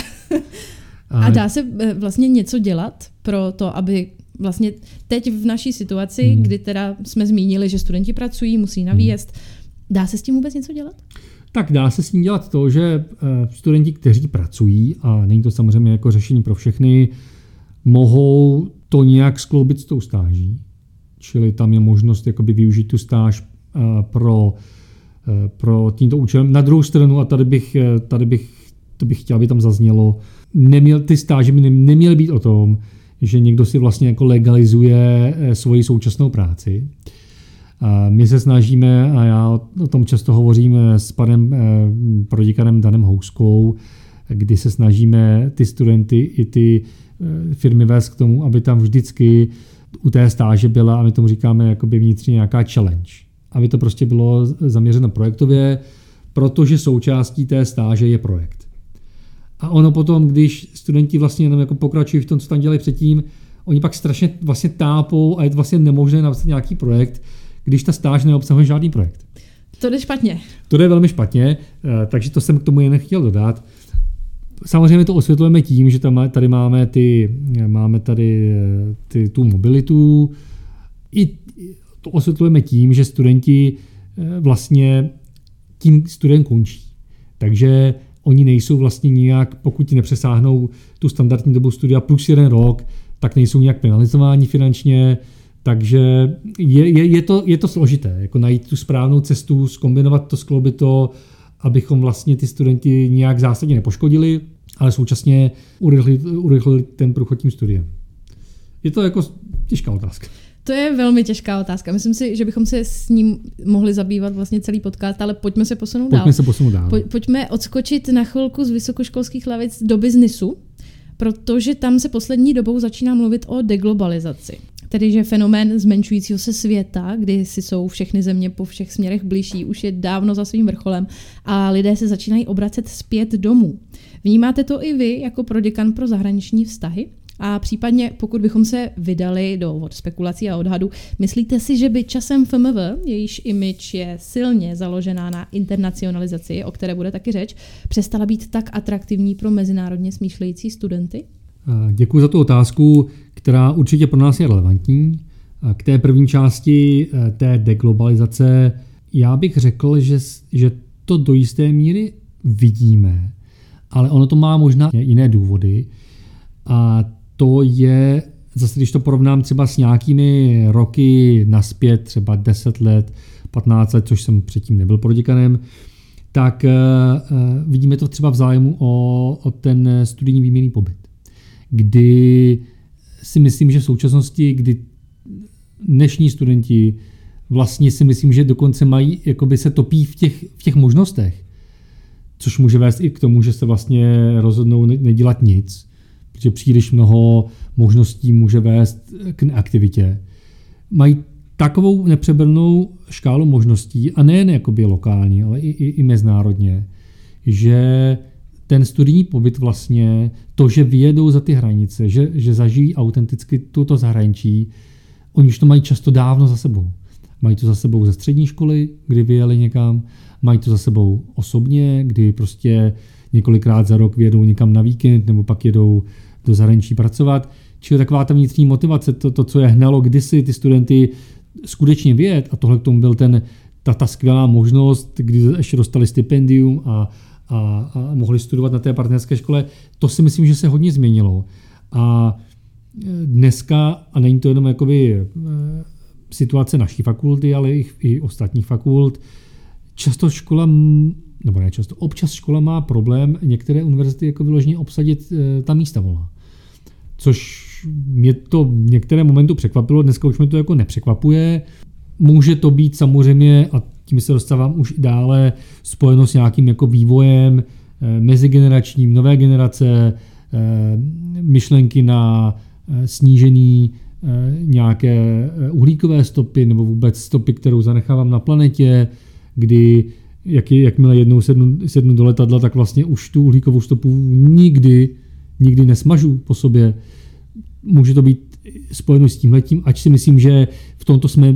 A dá se vlastně něco dělat pro to, aby vlastně teď v naší situaci, hmm. kdy teda jsme zmínili, že studenti pracují, musí na výjezd, dá se s tím vůbec něco dělat? Tak dá se s tím dělat to, že studenti, kteří pracují, a není to samozřejmě jako řešení pro všechny, mohou to nějak skloubit s tou stáží. Čili tam je možnost jakoby využít tu stáž pro, pro tímto účelem. Na druhou stranu, a tady bych, tady bych, to bych chtěl, aby tam zaznělo, neměl, ty stáže by neměly být o tom, že někdo si vlastně jako legalizuje svoji současnou práci. My se snažíme, a já o tom často hovořím s panem proděkanem Danem Houskou, kdy se snažíme ty studenty i ty firmy vést k tomu, aby tam vždycky u té stáže byla, a my tomu říkáme jakoby vnitřně nějaká challenge. Aby to prostě bylo zaměřeno projektově, protože součástí té stáže je projekt. A ono potom, když studenti vlastně jenom jako pokračují v tom, co tam dělají předtím, oni pak strašně vlastně tápou a je to vlastně nemožné napsat nějaký projekt, když ta stáž neobsahuje žádný projekt. To jde špatně. To jde velmi špatně, takže to jsem k tomu jen chtěl dodat. Samozřejmě to osvětlujeme tím, že tam tady máme, ty, máme tady ty, tu mobilitu. I to osvětlujeme tím, že studenti vlastně tím student končí. Takže oni nejsou vlastně nijak, pokud nepřesáhnou tu standardní dobu studia plus jeden rok, tak nejsou nijak penalizováni finančně. Takže je, je, je, to, je to složité, jako najít tu správnou cestu, zkombinovat to, skloubit to, abychom vlastně ty studenti nějak zásadně nepoškodili, ale současně urychlili, urychlili ten průchod tím studiem. Je to jako těžká otázka. To je velmi těžká otázka. Myslím si, že bychom se s ním mohli zabývat vlastně celý podcast, ale pojďme se posunout pojďme dál. Pojďme se posunout dál. Poj- pojďme odskočit na chvilku z vysokoškolských lavic do biznisu, protože tam se poslední dobou začíná mluvit o deglobalizaci. Tedy, že fenomén zmenšujícího se světa, kdy si jsou všechny země po všech směrech bližší, už je dávno za svým vrcholem a lidé se začínají obracet zpět domů. Vnímáte to i vy jako proděkan pro zahraniční vztahy? A případně, pokud bychom se vydali do od spekulací a odhadu, myslíte si, že by časem F M V, jejíž image je silně založená na internacionalizaci, o které bude taky řeč, přestala být tak atraktivní pro mezinárodně smýšlející studenty? Děkuji za tu otázku, která určitě pro nás je relevantní. K té první části té deglobalizace já bych řekl, že, že to do jisté míry vidíme, ale ono to má možná jiné důvody. A to je, zase když to porovnám třeba s nějakými roky naspět, třeba deset let, patnáct let, což jsem předtím nebyl proděkanem, tak uh, vidíme to třeba v zájmu o, o ten studijní výměnný pobyt. Kdy si myslím, že v současnosti, kdy dnešní studenti vlastně si myslím, že dokonce mají, jakoby se topí v těch, v těch možnostech, což může vést i k tomu, že se vlastně rozhodnou nedělat nic, protože příliš mnoho možností může vést k neaktivitě. Mají takovou nepřebernou škálu možností, a nejen jakoby lokálně, ale i, i, i mezinárodně, že ten studijní pobyt vlastně, to, že vyjedou za ty hranice, že, že zažijí autenticky tuto zahraničí, oni už to mají často dávno za sebou. Mají to za sebou ze střední školy, kdy vyjeli někam, mají to za sebou osobně, kdy prostě několikrát za rok vyjedou někam na víkend nebo pak jedou do zahraničí pracovat. Čili taková ta vnitřní motivace, to, to co je hnalo kdysi ty studenty skutečně vyjet, a tohle k tomu byl ten, ta, ta skvělá možnost, kdy ještě dostali stipendium a, a, a mohli studovat na té partnerské škole, to si myslím, že se hodně změnilo. A dneska, a není to jenom jakoby situace naší fakulty, ale i, i ostatních fakult, často škola, nebo ne často, občas škola má problém některé univerzity jako vyloženě obsadit ta místa volná. Což mě to v některé momentu překvapilo, dneska už mě to jako nepřekvapuje. Může to být samozřejmě, a tím se dostávám už dále, spojeno s nějakým jako vývojem mezigeneračním, nové generace, myšlenky na snížení nějaké uhlíkové stopy nebo vůbec stopy, kterou zanechávám na planetě, kdy jak, jakmile jednou sednu, sednu do letadla, tak vlastně už tu uhlíkovou stopu nikdy, nikdy nesmažu po sobě. Může to být spojeno s tímhletím, ač si myslím, že v tomto jsme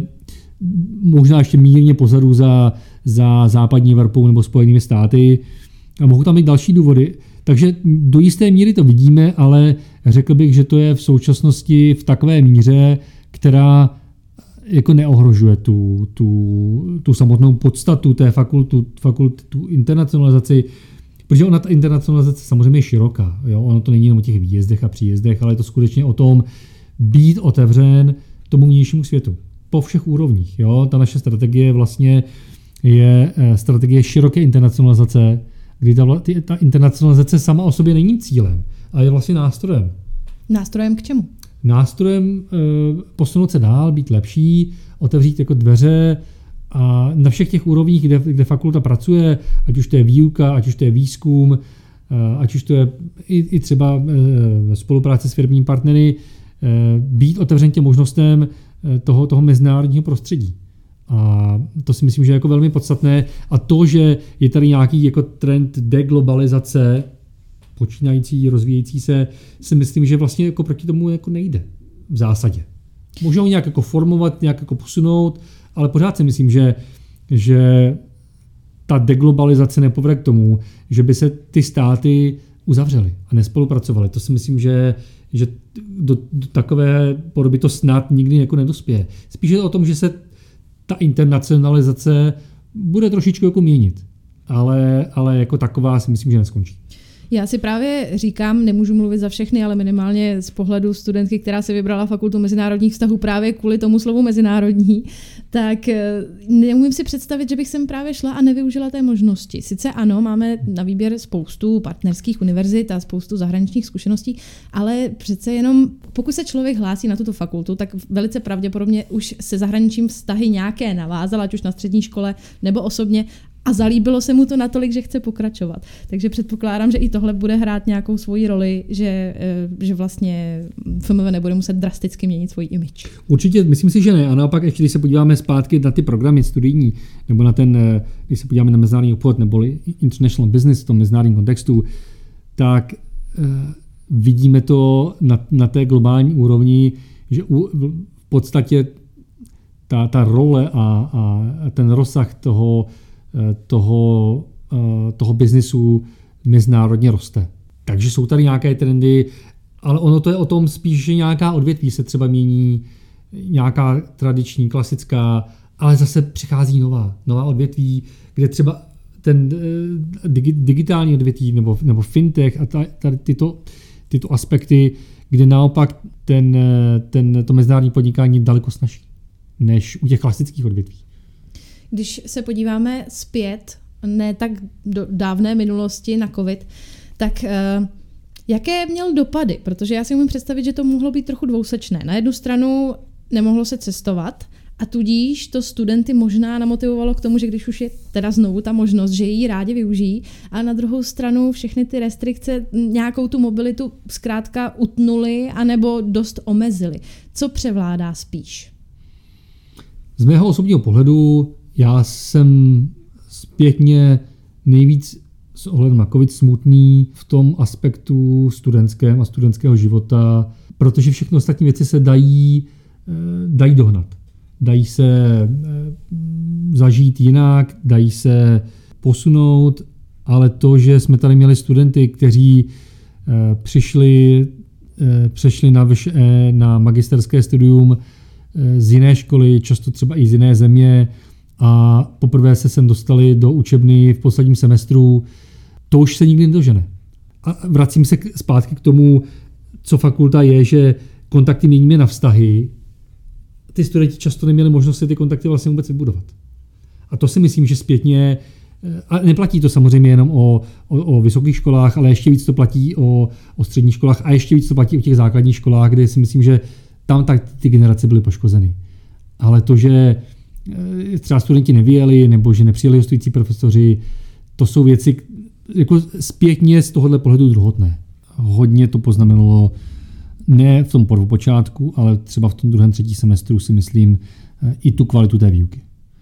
možná ještě mírně pozadu za, za západní Evropou nebo Spojenými státy a mohou tam být další důvody. Takže do jisté míry to vidíme, ale řekl bych, že to je v současnosti v takové míře, která jako neohrožuje tu, tu, tu samotnou podstatu té fakultu, fakult, tu internacionalizaci, protože ona ta internacionalizace samozřejmě je široká. Jo? Ono to není jenom o těch výjezdech a příjezdech, ale je to skutečně o tom být otevřen tomu vnějšímu světu. Po všech úrovních. Jo? Ta naše strategie vlastně je strategie široké internacionalizace, kdy ta, ta internacionalizace sama o sobě není cílem, ale je vlastně nástrojem. Nástrojem k čemu? Nástrojem e, posunout se dál, být lepší, otevřít jako dveře a na všech těch úrovních, kde, kde fakulta pracuje, ať už to je výuka, ať už to je výzkum, e, ať už to je i, i třeba e, spolupráce s firmními partnery, e, být otevřen těm možnostem toho, toho mezinárodního prostředí. A to si myslím, že je jako velmi podstatné. A to, že je tady nějaký jako trend deglobalizace, počínající, rozvíjející se, si myslím, že vlastně jako proti tomu jako nejde v zásadě. Můžou nějak jako formovat, nějak jako posunout, ale pořád si myslím, že, že ta deglobalizace nepovede k tomu, že by se ty státy uzavřely a nespolupracovaly. To si myslím, že, že do, do takové podoby to snad nikdy jako nedospěje. Spíš je to o tom, že se ta internacionalizace bude trošičku jako měnit, ale, ale jako taková si myslím, že neskončí. Já si právě říkám, nemůžu mluvit za všechny, ale minimálně z pohledu studentky, která si vybrala fakultu mezinárodních vztahů právě kvůli tomu slovu mezinárodní, tak neumím si představit, že bych sem právě šla a nevyužila té možnosti. Sice ano, máme na výběr spoustu partnerských univerzit a spoustu zahraničních zkušeností, ale přece jenom pokud se člověk hlásí na tuto fakultu, tak velice pravděpodobně už se zahraničím vztahy nějaké navázal, ať už na střední škole nebo osobně, a zalíbilo se mu to natolik, že chce pokračovat. Takže předpokládám, že i tohle bude hrát nějakou svoji roli, že, že vlastně F M V nebude muset drasticky měnit svůj image. Určitě, myslím si, že ne. A naopak, ještě když se podíváme zpátky na ty programy studijní, nebo na ten, když se podíváme na mezinárodní obchod, nebo international business v tom mezinárodním kontextu, tak uh, vidíme to na, na té globální úrovni, že u, v podstatě ta, ta role a, a ten rozsah toho toho, toho biznisu mezinárodně roste. Takže jsou tady nějaké trendy, ale ono to je o tom spíš, že nějaká odvětví se třeba mění, nějaká tradiční, klasická, ale zase přichází nová, nová odvětví, kde třeba ten digitální odvětví nebo, nebo fintech a tady tyto, tyto aspekty, kde naopak ten, ten, to mezinárodní podnikání je daleko snazší než u těch klasických odvětví. Když se podíváme zpět, ne tak do dávné minulosti na covid, tak uh, jaké měl dopady? Protože já si umím představit, že to mohlo být trochu dvousečné. Na jednu stranu nemohlo se cestovat a tudíž to studenty možná namotivovalo k tomu, že když už je teda znovu ta možnost, že ji rádi využijí, a na druhou stranu všechny ty restrikce nějakou tu mobilitu zkrátka utnuly anebo dost omezily. Co převládá spíš? Z mého osobního pohledu já jsem zpětně nejvíc s ohledem na covid smutný v tom aspektu studentském a studentského života, protože všechny ostatní věci se dají, dají dohnat. Dají se zažít jinak, dají se posunout, ale to, že jsme tady měli studenty, kteří přišli, přešli na, na magisterské studium z jiné školy, často třeba i z jiné země, a poprvé se sem dostali do učebny v posledním semestru, to už se nikdy nedožene. A vracím se zpátky k tomu, co fakulta je, že kontakty měníme na vztahy. Ty studenti často neměli možnost si ty kontakty vlastně vůbec vybudovat. A to si myslím, že zpětně, a neplatí to samozřejmě jenom o, o, o vysokých školách, ale ještě víc to platí o, o středních školách a ještě víc to platí o těch základních školách, kde si myslím, že tam tak ty generace byly poškozeny. Ale to, že třeba studenti nevyjeli nebo že nepřijeli hostující profesoři, to jsou věci jako zpětně z tohohle pohledu druhotné. Hodně to poznamenalo ne v tom prvopočátku, ale třeba v tom druhém, třetí semestru si myslím i tu kvalitu té výuky.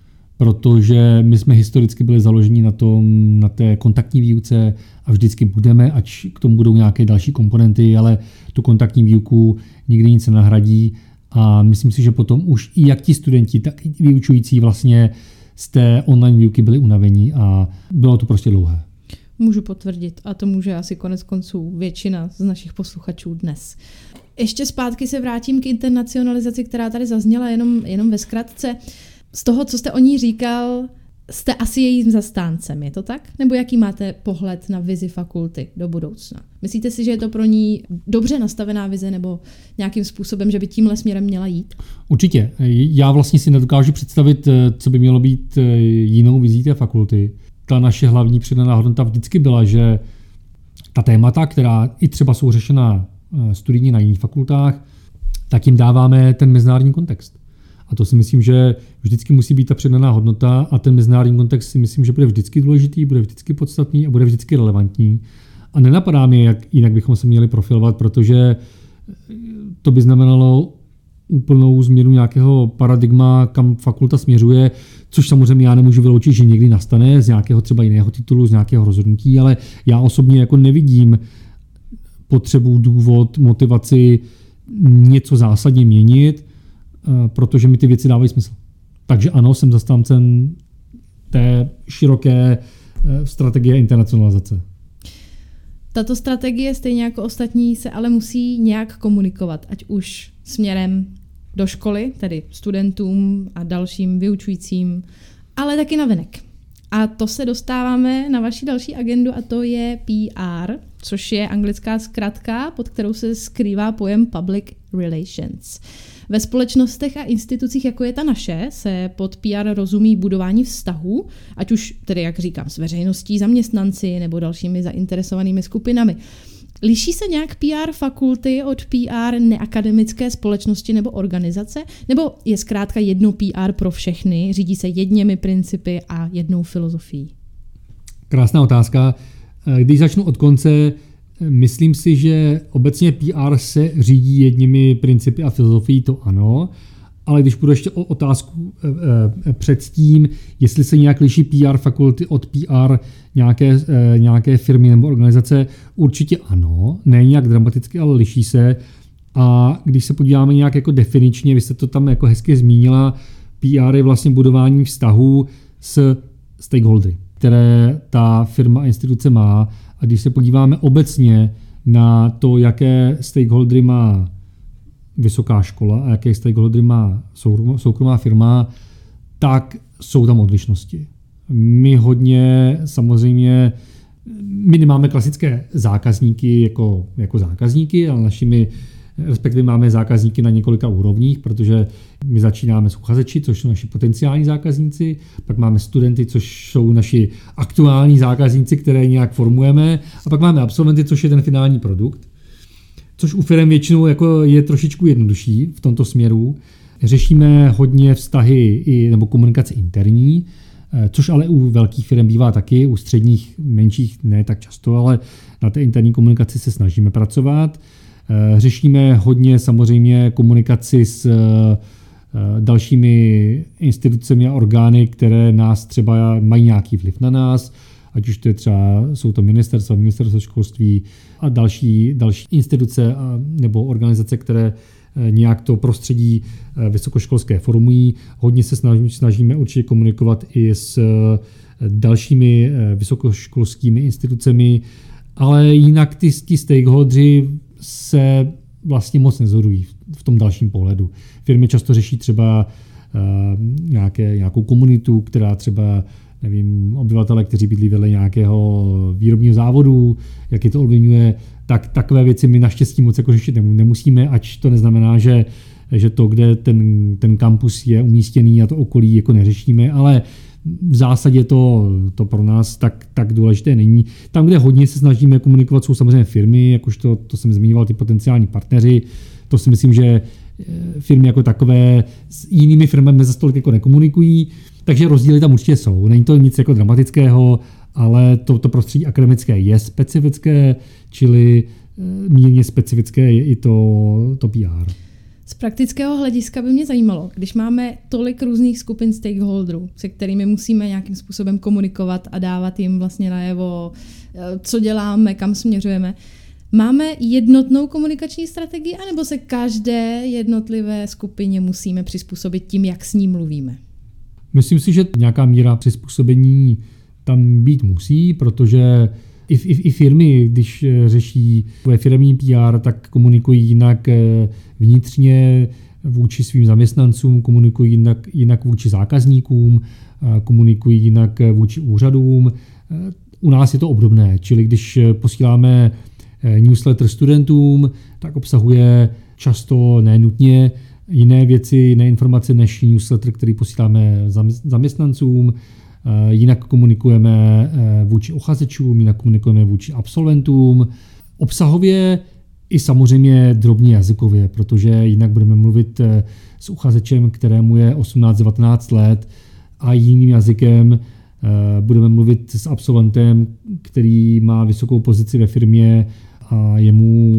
Protože my jsme historicky byli založeni na tom, na té kontaktní výuce a vždycky budeme, ať k tomu budou nějaké další komponenty, ale tu kontaktní výuku nikdy nic nenahradí. A myslím si, že potom už i jak ti studenti, tak i vyučující vlastně z té online výuky byli unavení a bylo to prostě dlouhé. Můžu potvrdit a to může asi konec konců většina z našich posluchačů dnes. Ještě zpátky se vrátím k internacionalizaci, která tady zazněla jenom, jenom ve zkratce. Z toho, co jste o ní říkal, jste asi jejím zastáncem, je to tak? Nebo jaký máte pohled na vizi fakulty do budoucna? Myslíte si, že je to pro ní dobře nastavená vize nebo nějakým způsobem, že by tímhle směrem měla jít? Určitě. Já vlastně si nedokážu představit, co by mělo být jinou vizí té fakulty. Ta naše hlavní přidaná hodnota vždycky byla, že ta témata, která i třeba jsou řešena studijně na jiných fakultách, tak jim dáváme ten mezinárodní kontext. A to si myslím, že vždycky musí být ta přidaná hodnota a ten mezinárodní kontext si myslím, že bude vždycky důležitý, bude vždycky podstatný a bude vždycky relevantní. A nenapadá mě, jak jinak bychom se měli profilovat, protože to by znamenalo úplnou změnu nějakého paradigma, kam fakulta směřuje, což samozřejmě já nemůžu vyloučit, že někdy nastane z nějakého třeba jiného titulu, z nějakého rozhodnutí, ale já osobně jako nevidím potřebu, důvod, motivaci něco zásadně měnit, protože mi ty věci dávají smysl. Takže ano, jsem zastáncem té široké strategie internacionalizace. Tato strategie, stejně jako ostatní, se ale musí nějak komunikovat, ať už směrem do školy, tedy studentům a dalším vyučujícím, ale taky navenek. A to se dostáváme na vaši další agendu a to je P R, což je anglická zkratka, pod kterou se skrývá pojem Public Relations. Ve společnostech a institucích, jako je ta naše, se pod P R rozumí budování vztahů, ať už tedy, jak říkám, s veřejností, zaměstnanci nebo dalšími zainteresovanými skupinami. Liší se nějak P R fakulty od P R neakademické společnosti nebo organizace? Nebo je zkrátka jedno P R pro všechny, řídí se jedněmi principy a jednou filozofií? Krásná otázka. Když začnu od konce, myslím si, že obecně P R se řídí jedními principy a filozofií, to ano, ale když půjdu ještě o otázku předtím, jestli se nějak liší P R fakulty od P R nějaké, nějaké firmy nebo organizace, určitě ano, ne nějak dramaticky, ale liší se. A když se podíváme nějak jako definičně, vy jste to tam jako hezky zmínila, P R je vlastně budování vztahů s stakeholdery, které ta firma a instituce má. A když se podíváme obecně na to, jaké stakeholdery má vysoká škola a jaké stakeholdery má soukromá firma, tak jsou tam odlišnosti. My hodně samozřejmě My nemáme klasické zákazníky jako, jako zákazníky, ale našimi, respektive máme zákazníky na několika úrovních, protože my začínáme s uchazeči, což jsou naši potenciální zákazníci, pak máme studenty, což jsou naši aktuální zákazníci, které nějak formujeme, a pak máme absolventy, což je ten finální produkt, což u firem většinou jako je trošičku jednodušší v tomto směru. Řešíme hodně vztahy i, nebo komunikaci interní, což ale u velkých firm bývá taky, u středních, menších ne tak často, ale na té interní komunikaci se snažíme pracovat. Řešíme hodně samozřejmě komunikaci s dalšími institucemi a orgány, které nás třeba mají nějaký vliv na nás, ať už to je třeba, jsou to ministerstva, ministerstvo školství a další, další instituce nebo organizace, které nějak to prostředí vysokoškolské formují. Hodně se snažíme určitě komunikovat i s dalšími vysokoškolskými institucemi, ale jinak ty, ty stakeholdři se vlastně moc neshodují v tom dalším pohledu. Firmy často řeší třeba nějaké, nějakou komunitu, která třeba, nevím, obyvatele, kteří bydlí vedle nějakého výrobního závodu, jak je to ovlivňuje, tak takové věci my naštěstí moc jako řešit nemusíme, ač to neznamená, že, že to, kde ten, ten kampus je umístěný a to okolí jako neřešíme, ale v zásadě to, to pro nás tak, tak důležité není. Tam, kde hodně se snažíme komunikovat, jsou samozřejmě firmy, jakož to, to jsem zmiňoval, ty potenciální partneři. To si myslím, že firmy jako takové s jinými firmami za tolik jako nekomunikují, takže rozdíly tam určitě jsou. Není to nic jako dramatického, ale to, to prostředí akademické je specifické, čili mírně specifické je i to, to P R. Z praktického hlediska by mě zajímalo, když máme tolik různých skupin stakeholderů, se kterými musíme nějakým způsobem komunikovat a dávat jim vlastně najevo, co děláme, kam směřujeme, máme jednotnou komunikační strategii, anebo se každé jednotlivé skupině musíme přizpůsobit tím, jak s ní mluvíme? Myslím si, že nějaká míra přizpůsobení tam být musí, protože i, i, i firmy, když řeší svoje firemní P R, tak komunikují jinak vnitřně vůči svým zaměstnancům, komunikují jinak, jinak vůči zákazníkům, komunikují jinak vůči úřadům. U nás je to obdobné, čili když posíláme newsletter studentům, tak obsahuje často nenutně jiné věci, jiné informace než newsletter, který posíláme zaměstnancům. Jinak komunikujeme vůči uchazečům, jinak komunikujeme vůči absolventům. Obsahově i samozřejmě drobně jazykově, protože jinak budeme mluvit s uchazečem, kterému je osmnáct devatenáct let, a jiným jazykem budeme mluvit s absolventem, který má vysokou pozici ve firmě a je mu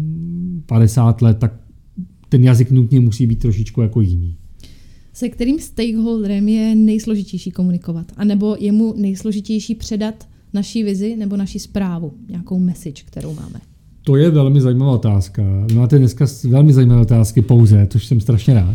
padesát let, tak ten jazyk nutně musí být trošičku jako jiný. Se kterým stakeholderem je nejsložitější komunikovat? A nebo je mu nejsložitější předat naší vizi nebo naši zprávu, nějakou message, kterou máme? To je velmi zajímavá otázka. Vy máte dneska velmi zajímavé otázky pouze, což jsem strašně rád.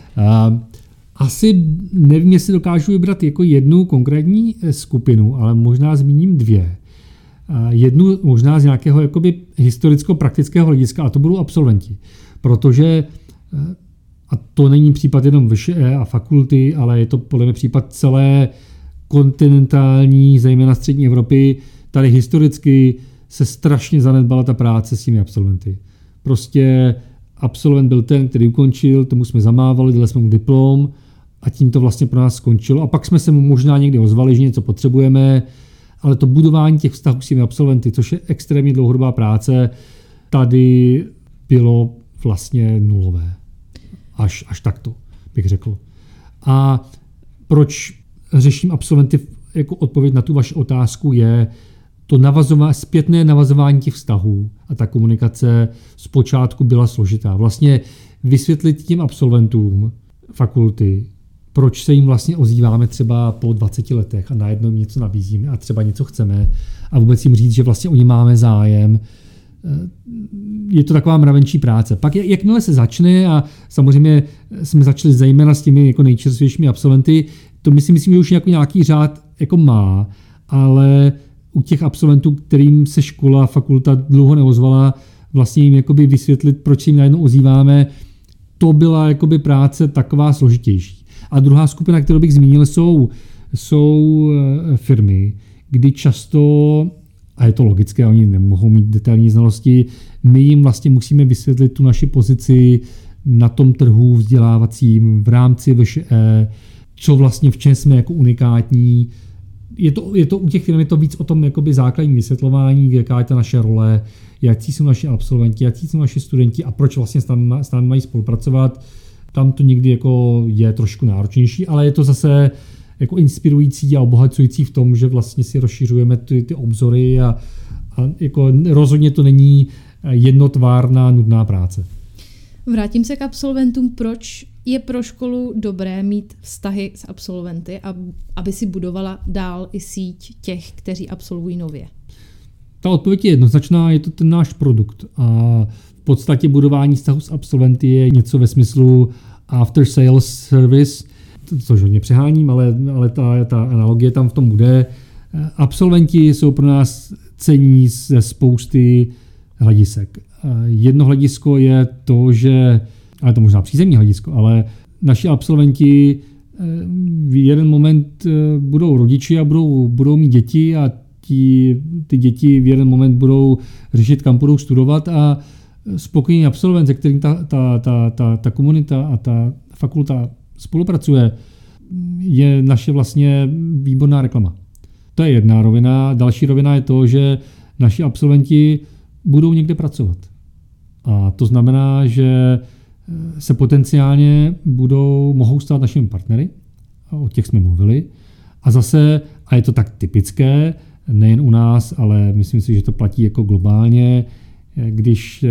Asi nevím, jestli dokážu vybrat jako jednu konkrétní skupinu, ale možná zmíním dvě. Jednu možná z nějakého jakoby historicko-praktického hlediska, a to budou absolventi. Protože, a to není případ jenom V Š E a fakulty, ale je to podle mě případ celé kontinentální, zejména střední Evropy, tady historicky se strašně zanedbala ta práce s těmi absolventy. Prostě absolvent byl ten, který ukončil, tomu jsme zamávali, dali jsme mu diplom a tím to vlastně pro nás skončilo. A pak jsme se mu možná někdy ozvali, že něco potřebujeme, ale to budování těch vztahů s těmi absolventy, což je extrémně dlouhodobá práce, tady bylo vlastně nulové. Až, až takto, bych řekl. A proč řeším absolventy jako odpověď na tu vaši otázku je to navazování, zpětné navazování těch vztahů a ta komunikace zpočátku byla složitá. Vlastně vysvětlit těm absolventům fakulty, proč se jim vlastně ozýváme třeba po dvaceti letech a najednou něco nabízíme a třeba něco chceme a vůbec jim říct, že vlastně o ně máme zájem. Je to taková mravenčí práce. Pak jakmile se začne, a samozřejmě jsme začali zejména s těmi jako nejčerstvějšími absolventy, to my si myslím, že už jako nějaký řád jako má, ale u těch absolventů, kterým se škola, fakulta dlouho neozvala, vlastně jim jakoby vysvětlit, proč jim najednou ozýváme, to byla jakoby práce taková složitější. A druhá skupina, kterou bych zmínil, jsou, jsou firmy, kdy často a je to logické, oni nemohou mít detailní znalosti. My jim vlastně musíme vysvětlit tu naši pozici na tom trhu vzdělávacím v rámci V Š E, co vlastně v čem jsme jako unikátní. Je to, je to u těch firm je to víc o tom jakoby základní vysvětlování, jaká je ta naše role, jaký jsou naši absolventi, jaký jsou naši studenti a proč vlastně s námi mají spolupracovat. Tam to někdy jako je trošku náročnější, ale je to zase jako inspirující a obohacující v tom, že vlastně si rozšiřujeme ty, ty obzory a, a jako rozhodně to není jednotvárná nudná práce. Vrátím se k absolventům. Proč je pro školu dobré mít vztahy s absolventy, aby si budovala dál i síť těch, kteří absolvují nově? Ta odpověď je jednoznačná, je to ten náš produkt. A v podstatě budování vztahu s absolventy je něco ve smyslu after sales service, což hodně přeháním, ale, ale ta, ta analogie tam v tom bude. Absolventi jsou pro nás cenní ze spousty hledisek. Jedno hledisko je to, že, ale to možná přízemní hledisko, ale naši absolventi v jeden moment budou rodiči a budou, budou mít děti a ti, ty děti v jeden moment budou řešit, kam budou studovat a spokojený absolvent, se kterým ta, ta, ta, ta, ta komunita a ta fakulta spolupracuje, je naše vlastně výborná reklama. To je jedna rovina. Další rovina je to, že naši absolventi budou někde pracovat. A to znamená, že se potenciálně budou, mohou stát našimi partnery, o těch jsme mluvili. A zase, a je to tak typické, nejen u nás, ale myslím si, že to platí jako globálně, když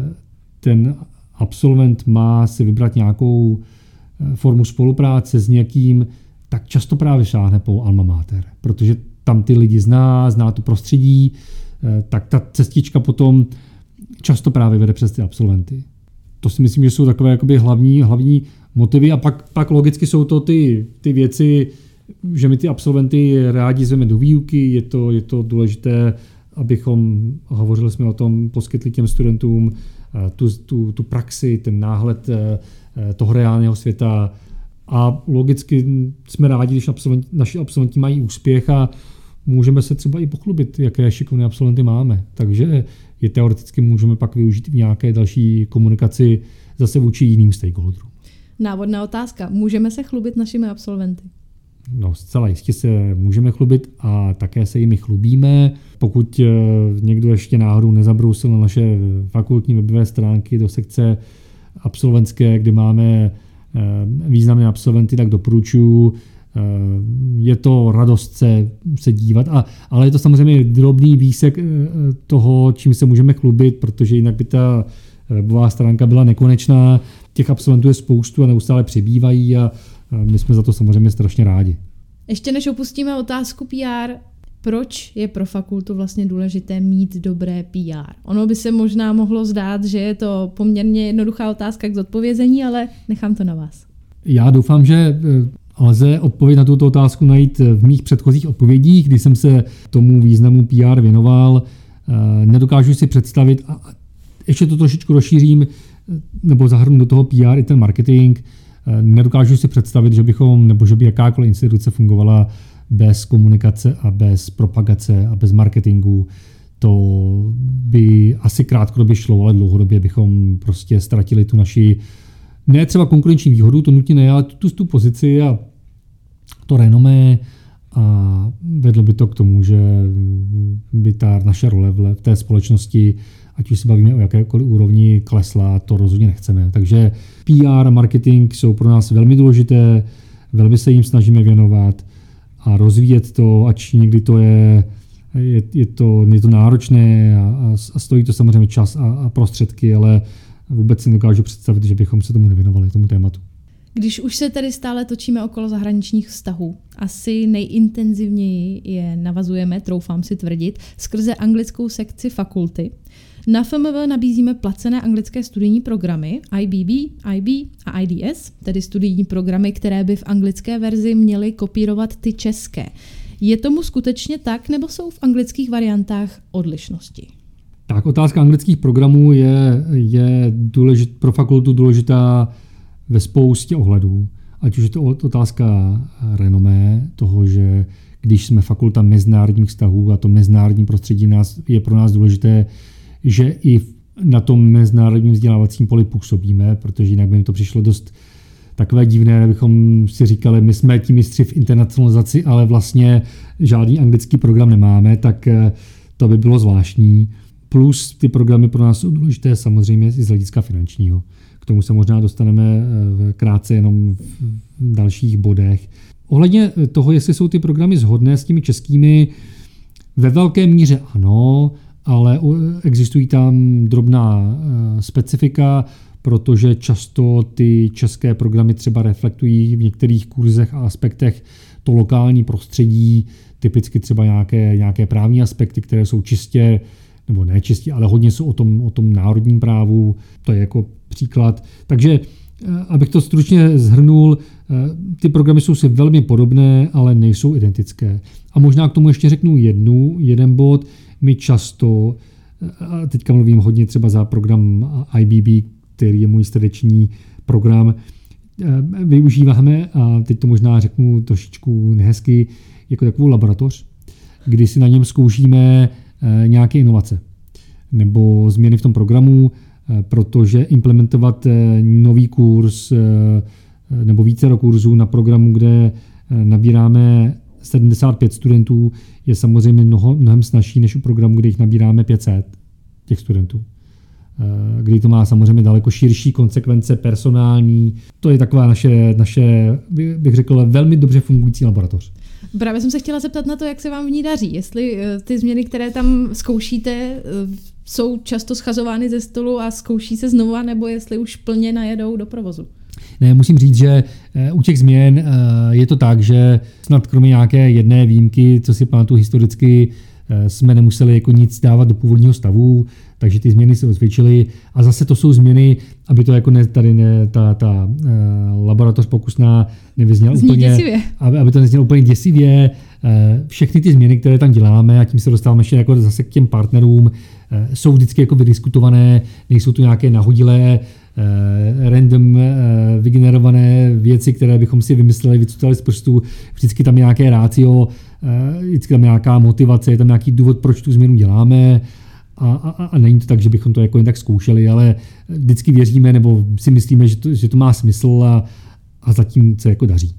ten absolvent má si vybrat nějakou formu spolupráce s někým, tak často právě šáhne po alma mater, protože tam ty lidi zná, zná to prostředí, tak ta cestička potom často právě vede přes ty absolventy. To si myslím, že jsou takové jakoby hlavní, hlavní motivy a pak, pak logicky jsou to ty, ty věci, že my ty absolventy rádi zveme do výuky, je to, je to důležité, abychom, hovořili jsme o tom, poskytli těm studentům tu, tu, tu praxi, ten náhled toho reálného světa a logicky jsme rádi, když absolventi, naši absolventi mají úspěch a můžeme se třeba i pochlubit, jaké šikovné absolventy máme. Takže je teoreticky můžeme pak využít v nějaké další komunikaci zase vůči jiným stakeholderům. Návodná otázka. Můžeme se chlubit našimi absolventy? No, zcela jistě se můžeme chlubit a také se jimi chlubíme. Pokud někdo ještě náhodou nezabrousil na naše fakultní webové stránky do sekce absolventské, kde máme významné absolventy, tak doporučuji. Je to radost se, se dívat, a, ale je to samozřejmě drobný výsek toho, čím se můžeme chlubit, protože jinak by ta webová stránka byla nekonečná. Těch absolventů je spoustu a neustále přibývají a my jsme za to samozřejmě strašně rádi. Ještě než opustíme otázku P R, proč je pro fakultu vlastně důležité mít dobré P R? Ono by se možná mohlo zdát, že je to poměrně jednoduchá otázka k zodpovězení, ale nechám to na vás. Já doufám, že lze odpověď na tuto otázku najít v mých předchozích odpovědích, kdy jsem se tomu významu P R věnoval. Nedokážu si představit, a ještě to trošičku rozšířím, nebo zahrnu do toho P R i ten marketing. Nedokážu si představit, že bychom, nebo že by jakákoliv instituce fungovala bez komunikace a bez propagace a bez marketingu. To by asi krátkodobě šlo, ale dlouhodobě bychom prostě ztratili tu naši, ne třeba konkurenční výhodu, to nutně ne, ale tu, tu pozici a to renomé, a vedlo by to k tomu, že by ta naše role v té společnosti, ať už se bavíme o jakékoliv úrovni, klesla, to rozhodně nechceme. Takže P R a marketing jsou pro nás velmi důležité, velmi se jim snažíme věnovat a rozvíjet to, ač někdy to je, je, je, to, je to náročné a, a stojí to samozřejmě čas a, a prostředky, ale vůbec si nedokážu představit, že bychom se tomu nevěnovali, tomu tématu. Když už se tedy stále točíme okolo zahraničních vztahů, asi nejintenzivněji je navazujeme, troufám si tvrdit, skrze anglickou sekci fakulty. Na F M V nabízíme placené anglické studijní programy I B B, I B a I D S, tedy studijní programy, které by v anglické verzi měly kopírovat ty české. Je tomu skutečně tak, nebo jsou v anglických variantách odlišnosti? Tak, otázka anglických programů je, je důležit, pro fakultu důležitá ve spoustě ohledů. Ať už je to otázka renomé, toho, že když jsme fakulta mezinárodních vztahů a to mezinárodní prostředí nás, je pro nás důležité, že i na tom mezinárodním vzdělávacím poli působíme, protože jinak by mi to přišlo dost takové divné, abychom si říkali, my jsme ti mistři v internacionalizaci, ale vlastně žádný anglický program nemáme, tak to by bylo zvláštní. Plus ty programy pro nás jsou důležité samozřejmě i z hlediska finančního. K tomu se možná dostaneme krátce jenom v dalších bodech. Ohledně toho, jestli jsou ty programy shodné s těmi českými, ve velké míře ano, ale existují tam drobná specifika, protože často ty české programy třeba reflektují v některých kurzech a aspektech to lokální prostředí, typicky třeba nějaké, nějaké právní aspekty, které jsou čistě, nebo ne čistě, ale hodně jsou o tom, o tom národním právu, to je jako příklad. Takže, abych to stručně shrnul, ty programy jsou si velmi podobné, ale nejsou identické. A možná k tomu ještě řeknu jednu, jeden bod. My často, a teďka mluvím hodně třeba za program I B B, který je můj srdeční program, využíváme, a teď to možná řeknu trošičku nehezky, jako takovou laboratoř, kdy si na něm zkoušíme nějaké inovace nebo změny v tom programu, protože implementovat nový kurz nebo více kurzů na programu, kde nabíráme sedmdesát pět studentů, je samozřejmě mnoho, mnohem snazší než u programu, kde jich nabíráme pět set těch studentů. Kdy to má samozřejmě daleko širší konsekvence personální. To je taková naše, naše bych řekl, velmi dobře fungující laboratoř. Právě jsem se chtěla zeptat na to, jak se vám v ní daří. Jestli ty změny, které tam zkoušíte, jsou často schazovány ze stolu a zkouší se znova, nebo jestli už plně najedou do provozu. Ne, musím říct, že u těch změn je to tak, že snad kromě nějaké jedné výjimky, co si pamatuju historicky, jsme nemuseli jako nic dávat do původního stavu, takže ty změny se osvědčily. A zase to jsou změny, aby to jako ne, tady ne, ta, ta uh, laboratoř pokusná nevyzněla úplně, aby, aby to neznělo úplně děsivě. Uh, všechny ty změny, které tam děláme, a tím se dostáváme ještě jako zase k těm partnerům, uh, jsou vždycky jako vydiskutované, nejsou to nějaké nahodilé, uh, random uh, vygenerované věci, které bychom si vymysleli, vycutali z prstů. Vždycky tam je nějaké rácio, uh, vždycky tam je nějaká motivace, je tam nějaký důvod, proč tu změnu děláme. A, a, a není to tak, že bychom to jako jen tak zkoušeli, ale vždycky věříme nebo si myslíme, že to, že to má smysl a, a zatím se jako daří.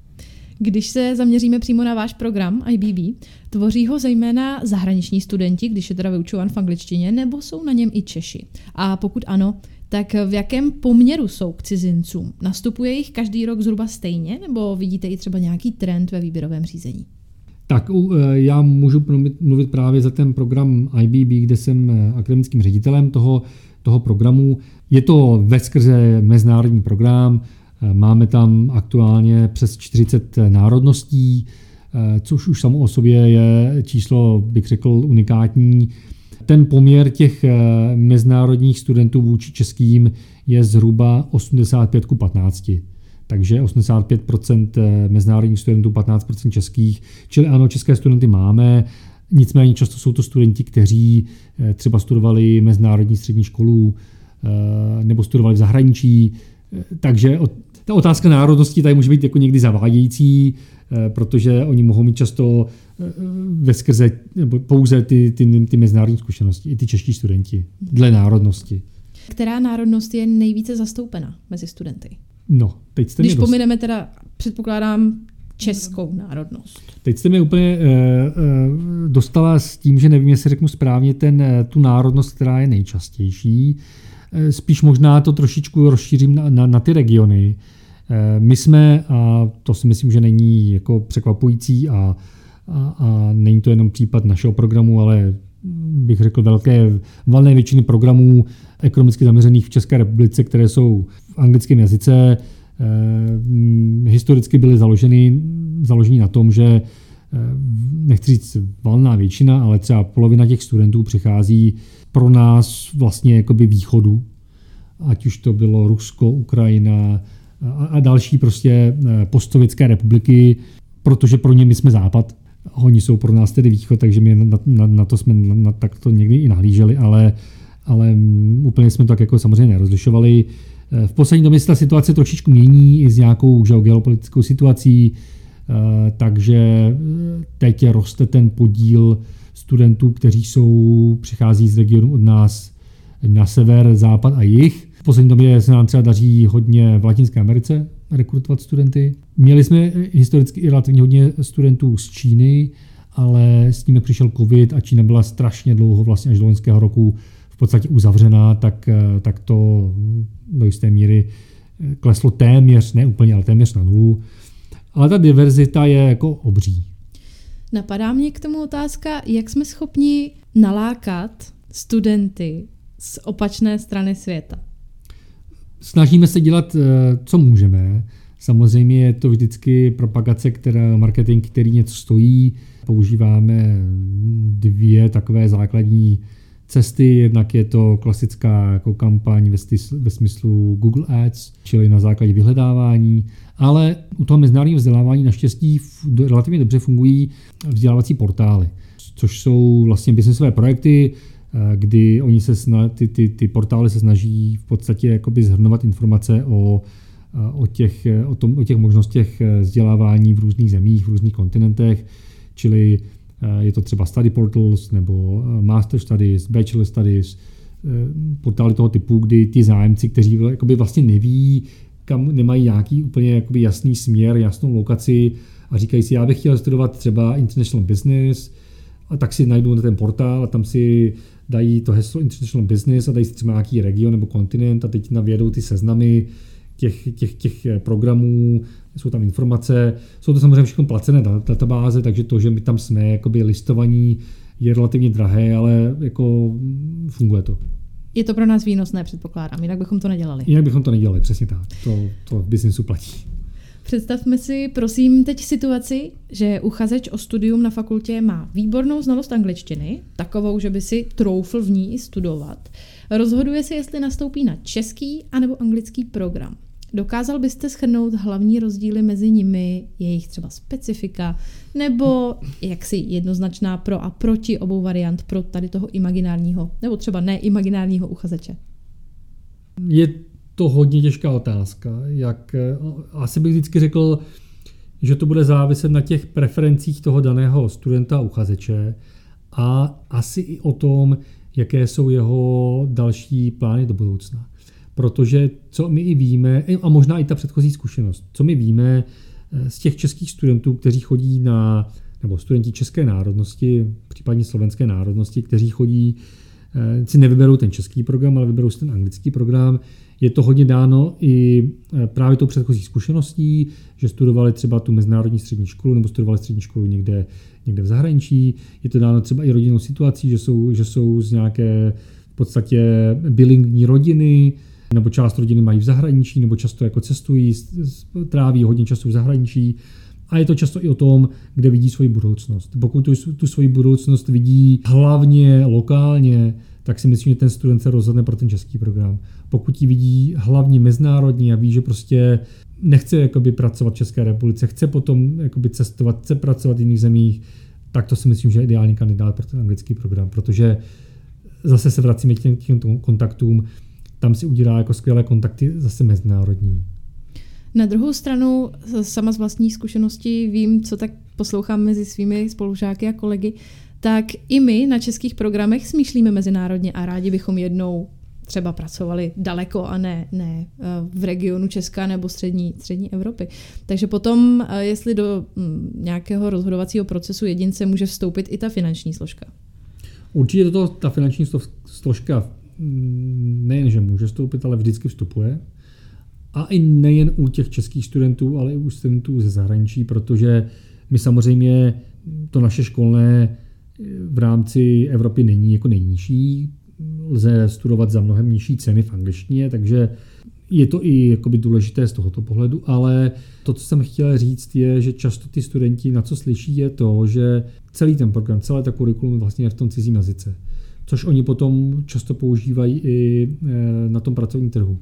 Když se zaměříme přímo na váš program I B B, tvoří ho zejména zahraniční studenti, když je teda vyučován v angličtině, nebo jsou na něm i Češi? A pokud ano, tak v jakém poměru jsou k cizincům? Nastupuje jich každý rok zhruba stejně, nebo vidíte i třeba nějaký trend ve výběrovém řízení? Tak já můžu mluvit právě za ten program I B B, kde jsem akademickým ředitelem toho, toho programu. Je to veskrze mezinárodní program, máme tam aktuálně přes čtyřicet národností, což už samo o sobě je číslo, bych řekl, unikátní. Ten poměr těch mezinárodních studentů vůči českým je zhruba osmdesát pět ku patnácti. Takže osmdesát pět procent mezinárodních studentů, patnáct procent českých. Čili ano, české studenty máme, nicméně často jsou to studenti, kteří třeba studovali mezinárodní střední školu nebo studovali v zahraničí. Takže ta otázka národnosti tady může být jako někdy zavádějící, protože oni mohou mít často veskrze nebo pouze ty, ty, ty mezinárodní zkušenosti, i ty čeští studenti, dle národnosti. Která národnost je nejvíce zastoupena mezi studenty? No, teď jste Když dost... pomineme teda, předpokládám, českou národnost. Teď jste mi úplně uh, uh, dostala s tím, že nevím, jestli řeknu správně ten, tu národnost, která je nejčastější. Uh, spíš možná to trošičku rozšířím na, na, na ty regiony. Uh, my jsme, a to si myslím, že není jako překvapující a, a, a není to jenom případ našeho programu, ale bych řekl velké valné většiny programů ekonomicky zaměřených v České republice, které jsou v anglickém jazyce, eh, historicky byly založeny, založeny na tom, že eh, nechci říct valná většina, ale třeba polovina těch studentů přichází pro nás vlastně jakoby východu, ať už to bylo Rusko, Ukrajina a, a další prostě eh, postsovětské republiky, protože pro ně my jsme západ. Oni jsou pro nás tedy východ, takže my na, na, na to jsme na, na, tak to někdy i nahlíželi, ale, ale úplně jsme to tak jako samozřejmě nerozlišovali. V poslední době se ta situace trošičku mění i s nějakou geopolitickou situací. takže teď roste ten podíl studentů, kteří jsou, přichází z regionu od nás na sever, západ a jih. V poslední době se nám třeba daří hodně v Latinské Americe rekrutovat studenty. Měli jsme historicky i relativně hodně studentů z Číny, ale s tím, jak přišel covid a Čína byla strašně dlouho, vlastně až do loňského roku v podstatě uzavřená, tak, tak to do jisté míry kleslo téměř, ne úplně, ale téměř na nulu. Ale ta diverzita je jako obří. Napadá mě k tomu otázka, jak jsme schopni nalákat studenty z opačné strany světa. Snažíme se dělat, co můžeme. Samozřejmě je to vždycky propagace, která, marketing, který něco stojí. Používáme dvě takové základní cesty. Jednak je to klasická jako kampaň ve, stys, ve smyslu Google Ads, čili na základě vyhledávání. Ale u toho mezinárodního vzdělávání naštěstí relativně dobře fungují vzdělávací portály, což jsou vlastně businessové projekty, kdy oni se sna, ty, ty, ty portály se snaží v podstatě jakoby shrnovat informace o, o, těch, o, tom, o těch možnostech vzdělávání v různých zemích, v různých kontinentech, čili je to třeba Study Portals nebo Master Studies, Bachelor Studies, portály toho typu, kdy ty zájemci, kteří jakoby vlastně neví, kam nemají nějaký úplně jakoby jasný směr, jasnou lokaci a říkají si, já bych chtěl studovat třeba International Business, a tak si najdou na ten portál a tam si dají to heslo International Business a dají si třeba nějaký region nebo kontinent a teď navědou ty seznamy těch, těch, těch programů, jsou tam informace. Jsou to samozřejmě všechno placené databáze, takže to, že my tam jsme jakoby listovaní, je relativně drahé, ale jako funguje to. Je to pro nás výnosné, předpokládám, jinak bychom to nedělali. Jinak bychom to nedělali, přesně tak. To, to v biznesu platí. Představme si, prosím, teď situaci, že uchazeč o studium na fakultě má výbornou znalost angličtiny, takovou, že by si troufl v ní i studovat. Rozhoduje se, jestli nastoupí na český anebo anglický program. Dokázal byste shrnout hlavní rozdíly mezi nimi, jejich třeba specifika, nebo jaksi jednoznačná pro a proti obou variant pro tady toho imaginárního, nebo třeba neimaginárního uchazeče? Je to hodně těžká otázka. Jak, asi bych vždycky řekl, že to bude záviset na těch preferencích toho daného studenta a uchazeče a asi i o tom, jaké jsou jeho další plány do budoucna. Protože co my i víme, a možná i ta předchozí zkušenost, co my víme z těch českých studentů, kteří chodí na, nebo studenti české národnosti, případně slovenské národnosti, kteří chodí, si nevyberou ten český program, ale vyberou si ten anglický program, je to hodně dáno i právě tou předchozí zkušeností, že studovali třeba tu mezinárodní střední školu nebo studovali střední školu někde, někde v zahraničí. Je to dáno třeba i rodinnou situací, že jsou, že jsou z nějaké v podstatě bilingvní rodiny, nebo část rodiny mají v zahraničí, nebo často jako cestují, tráví hodně času v zahraničí. A je to často i o tom, kde vidí svoji budoucnost. Pokud tu, tu svoji budoucnost vidí hlavně lokálně, tak si myslím, že ten student se rozhodne pro ten český program. Pokud ji vidí hlavně mezinárodní a ví, že prostě nechce jakoby pracovat v České republice, chce potom jakoby cestovat, chce pracovat v jiných zemích, tak to si myslím, že je ideální kandidát pro ten anglický program, protože zase se vracíme k těm, k těm kontaktům, tam si udělá jako skvělé kontakty zase mezinárodní. Na druhou stranu, sama z vlastní zkušenosti vím, co tak poslouchám mezi svými spolužáky a kolegy, tak i my na českých programech smýšlíme mezinárodně a rádi bychom jednou třeba pracovali daleko a ne, ne v regionu Česka nebo střední, střední Evropy. Takže potom, jestli do nějakého rozhodovacího procesu jedince může vstoupit i ta finanční složka. Určitě to ta finanční složka nejen, že může vstoupit, ale vždycky vstupuje. A i nejen u těch českých studentů, ale i u studentů ze zahraničí, protože my samozřejmě to naše školné v rámci Evropy není jako nejnižší. Lze studovat za mnohem nižší ceny v angličtině, takže je to i jakoby důležité z tohoto pohledu, ale to, co jsem chtěl říct, je, že často ty studenti na co slyší, je to, že celý ten program, celé ta kurikulum vlastně je v tom cizím jazyce, což oni potom často používají i na tom pracovním trhu.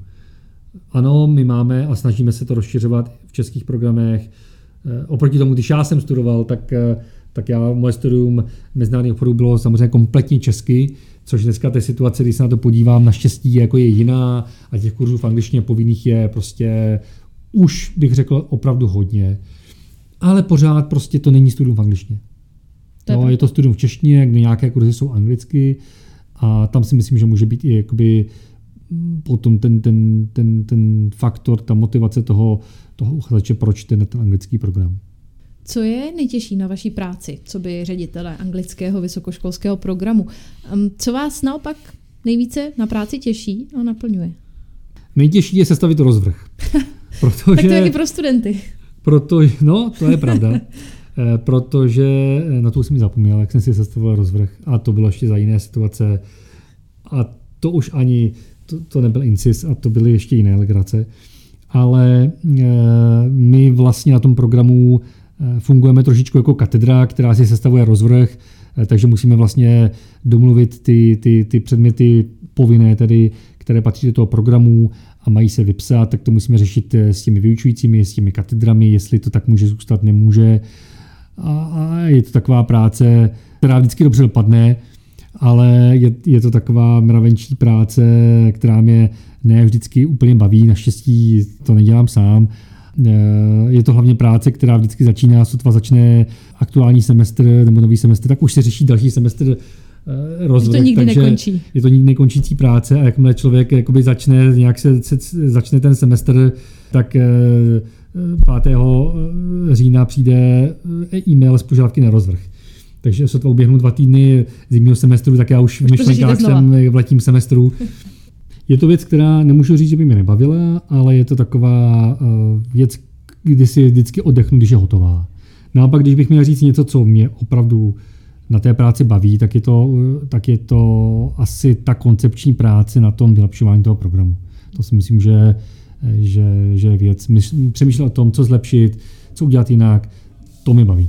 Ano, my máme a snažíme se to rozšiřovat v českých programech. Oproti tomu, když já jsem studoval, tak, tak já, moje studium mezinárodních obchodů bylo samozřejmě kompletně česky, což dneska té situace, když se na to podívám, naštěstí jako je jiná a těch kurzů v angličtině povinných je prostě už bych řekl opravdu hodně. ale pořád prostě to není studium v angličtině. No, je to studium v češtině, kde nějaké kurzy jsou anglicky a tam si myslím, že může být i jakoby potom ten, ten, ten, ten faktor, ta motivace toho, toho uchazeče, proč ten, ten anglický program. Co je nejtěžší na vaší práci, co by ředitele anglického vysokoškolského programu? Co vás naopak nejvíce na práci těší a naplňuje? Nejtěžší je sestavit rozvrh. Protože, tak to je i pro studenty. Proto, no, to je pravda. Protože na to jsem mi zapomněl, jak jsem si sestavil rozvrh a to bylo ještě za jiné situace a to už ani, to, to nebyl incis a to byly ještě jiné legrace, ale e, my vlastně na tom programu e, fungujeme trošičku jako katedra, která si sestavuje rozvrh, e, takže musíme vlastně domluvit ty, ty, ty předměty povinné, tedy, které patří do toho programu a mají se vypsat, tak to musíme řešit s těmi vyučujícími, s těmi katedrami, jestli to tak může zůstat, nemůže. A je to taková práce, která vždycky dobře dopadne, ale je, je to taková mravenčí práce, která mě ne vždycky úplně baví, naštěstí to nedělám sám. Je to hlavně práce, která vždycky začíná, sotva začne aktuální semestr nebo nový semestr, tak už se řeší další semestr rozvrh, to nikdy takže nekončí. Je to nikdy nekončící práce a jakmile člověk jakoby začne, nějak se, se začne ten semestr, tak pátého října přijde e-mail s požadavky na rozvrh. Takže sotva uběhnu dva týdny zimního semestru, tak já už v myšlenkách jsem v letním semestru. Je to věc, která nemůžu říct, že by mě nebavila, ale je to taková věc, kdy si vždycky oddechnu, když je hotová. Naopak, když bych měl říct něco, co mě opravdu na té práci baví, tak je to, tak je to asi ta koncepční práce na tom vylepšování toho programu. To si myslím, že Že, že je věc. Přemýšlet o tom, co zlepšit, co udělat jinak, to mě baví.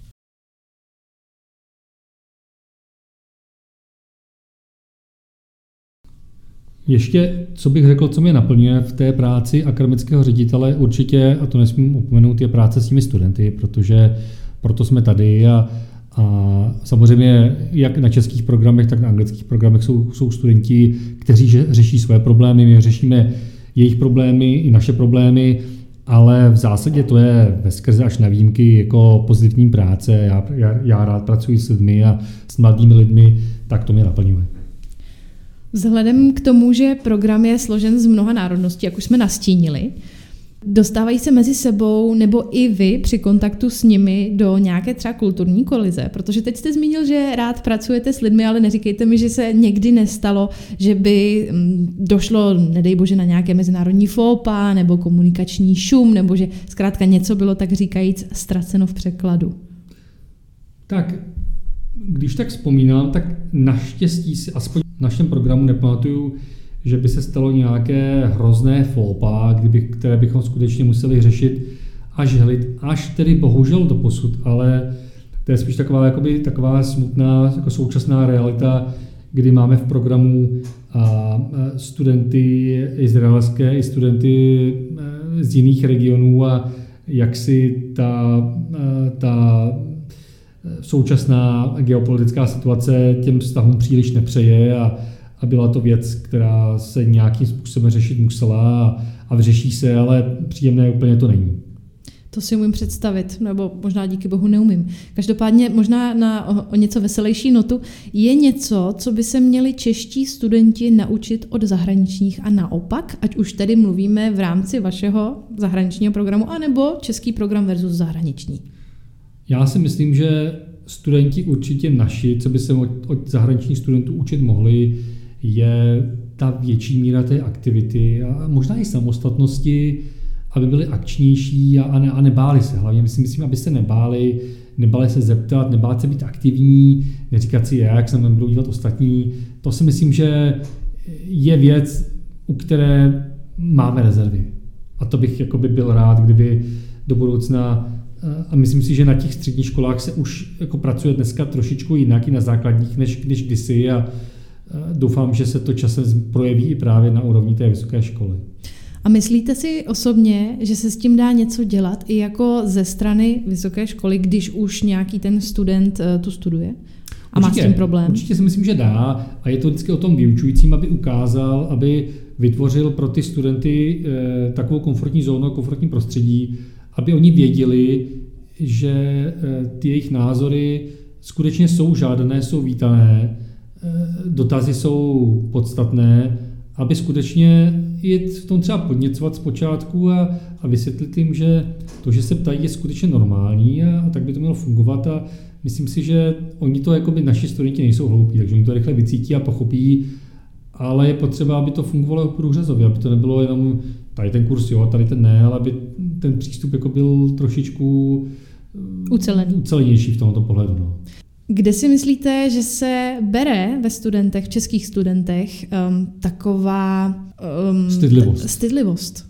Ještě, co bych řekl, co mě naplňuje v té práci akademického ředitele, určitě, a to nesmím opomenout, je práce s těmi studenty, protože proto jsme tady a, a samozřejmě jak na českých programech, tak na anglických programech jsou, jsou studenti, kteří řeší své problémy, my řešíme jejich problémy i naše problémy, ale v zásadě to je veskrze až na výjimky jako pozitivní práce. Já, já, já rád pracuji s lidmi a s mladými lidmi, tak to mě naplňuje. Vzhledem k tomu, že program je složen z mnoha národností, jak už jsme nastínili, dostávají se mezi sebou nebo i vy při kontaktu s nimi do nějaké třeba kulturní kolize? Protože teď jste zmínil, že rád pracujete s lidmi, ale neříkejte mi, že se někdy nestalo, že by došlo, nedej bože, na nějaké mezinárodní fópa nebo komunikační šum, nebo že zkrátka něco bylo tak říkajíc ztraceno v překladu. Tak, když tak vzpomínám, tak naštěstí si aspoň v našem programu nepamatuju, že by se stalo nějaké hrozné fópa, kdyby, které bychom skutečně museli řešit a žehlit, až tedy bohužel doposud, ale to je spíš taková, jakoby, taková smutná jako současná realita, kdy máme v programu a, studenty izraelské i studenty z jiných regionů a jak si ta, ta současná geopolitická situace těm vztahům příliš nepřeje a A byla to věc, která se nějakým způsobem řešit musela a, a vyřeší se, ale příjemné úplně to není. To si umím představit, nebo možná díky bohu neumím. Každopádně možná na o, o něco veselější notu je něco, co by se měli čeští studenti naučit od zahraničních a naopak, ať už tedy mluvíme v rámci vašeho zahraničního programu, anebo český program versus zahraniční. Já si myslím, že studenti určitě naši, co by se od, od zahraničních studentů učit mohli, je ta větší míra té aktivity a možná i samostatnosti, aby byli akčnější a, a, ne, a nebáli se. Hlavně myslím, myslím, aby se nebáli, nebáli se zeptat, nebáli se být aktivní, neříkat si, jak se budou dívat ostatní. To si myslím, že je věc, u které máme rezervy. A to bych jakoby byl rád, kdyby do budoucna, a myslím si, že na těch středních školách se už jako pracuje dneska trošičku jinak i na základních, než, než kdysi a doufám, že se to časem projeví i právě na úrovni té vysoké školy. A myslíte si osobně, že se s tím dá něco dělat i jako ze strany vysoké školy, když už nějaký ten student tu studuje a určitě, má s tím problém? Určitě si myslím, že dá a je to vždycky o tom vyučujícím, aby ukázal, aby vytvořil pro ty studenty takovou komfortní zónu, komfortní prostředí, aby oni věděli, že ty jejich názory skutečně jsou žádané, jsou vítané, dotazy jsou podstatné, aby skutečně je v tom třeba podněcovat zpočátku a, a vysvětlit jim, že to, že se ptají, je skutečně normální a, a tak by to mělo fungovat a myslím si, že oni to, jakoby naši studenti nejsou hloupí, takže oni to rychle vycítí a pochopí, ale je potřeba, aby to fungovalo průřezově, aby to nebylo jenom tady ten kurz jo, tady ten ne, ale aby ten přístup jako byl trošičku ucelený. ucelenější v tomto pohledu. No. Kde si myslíte, že se bere ve studentech, v českých studentech, um, taková um, stydlivost. stydlivost?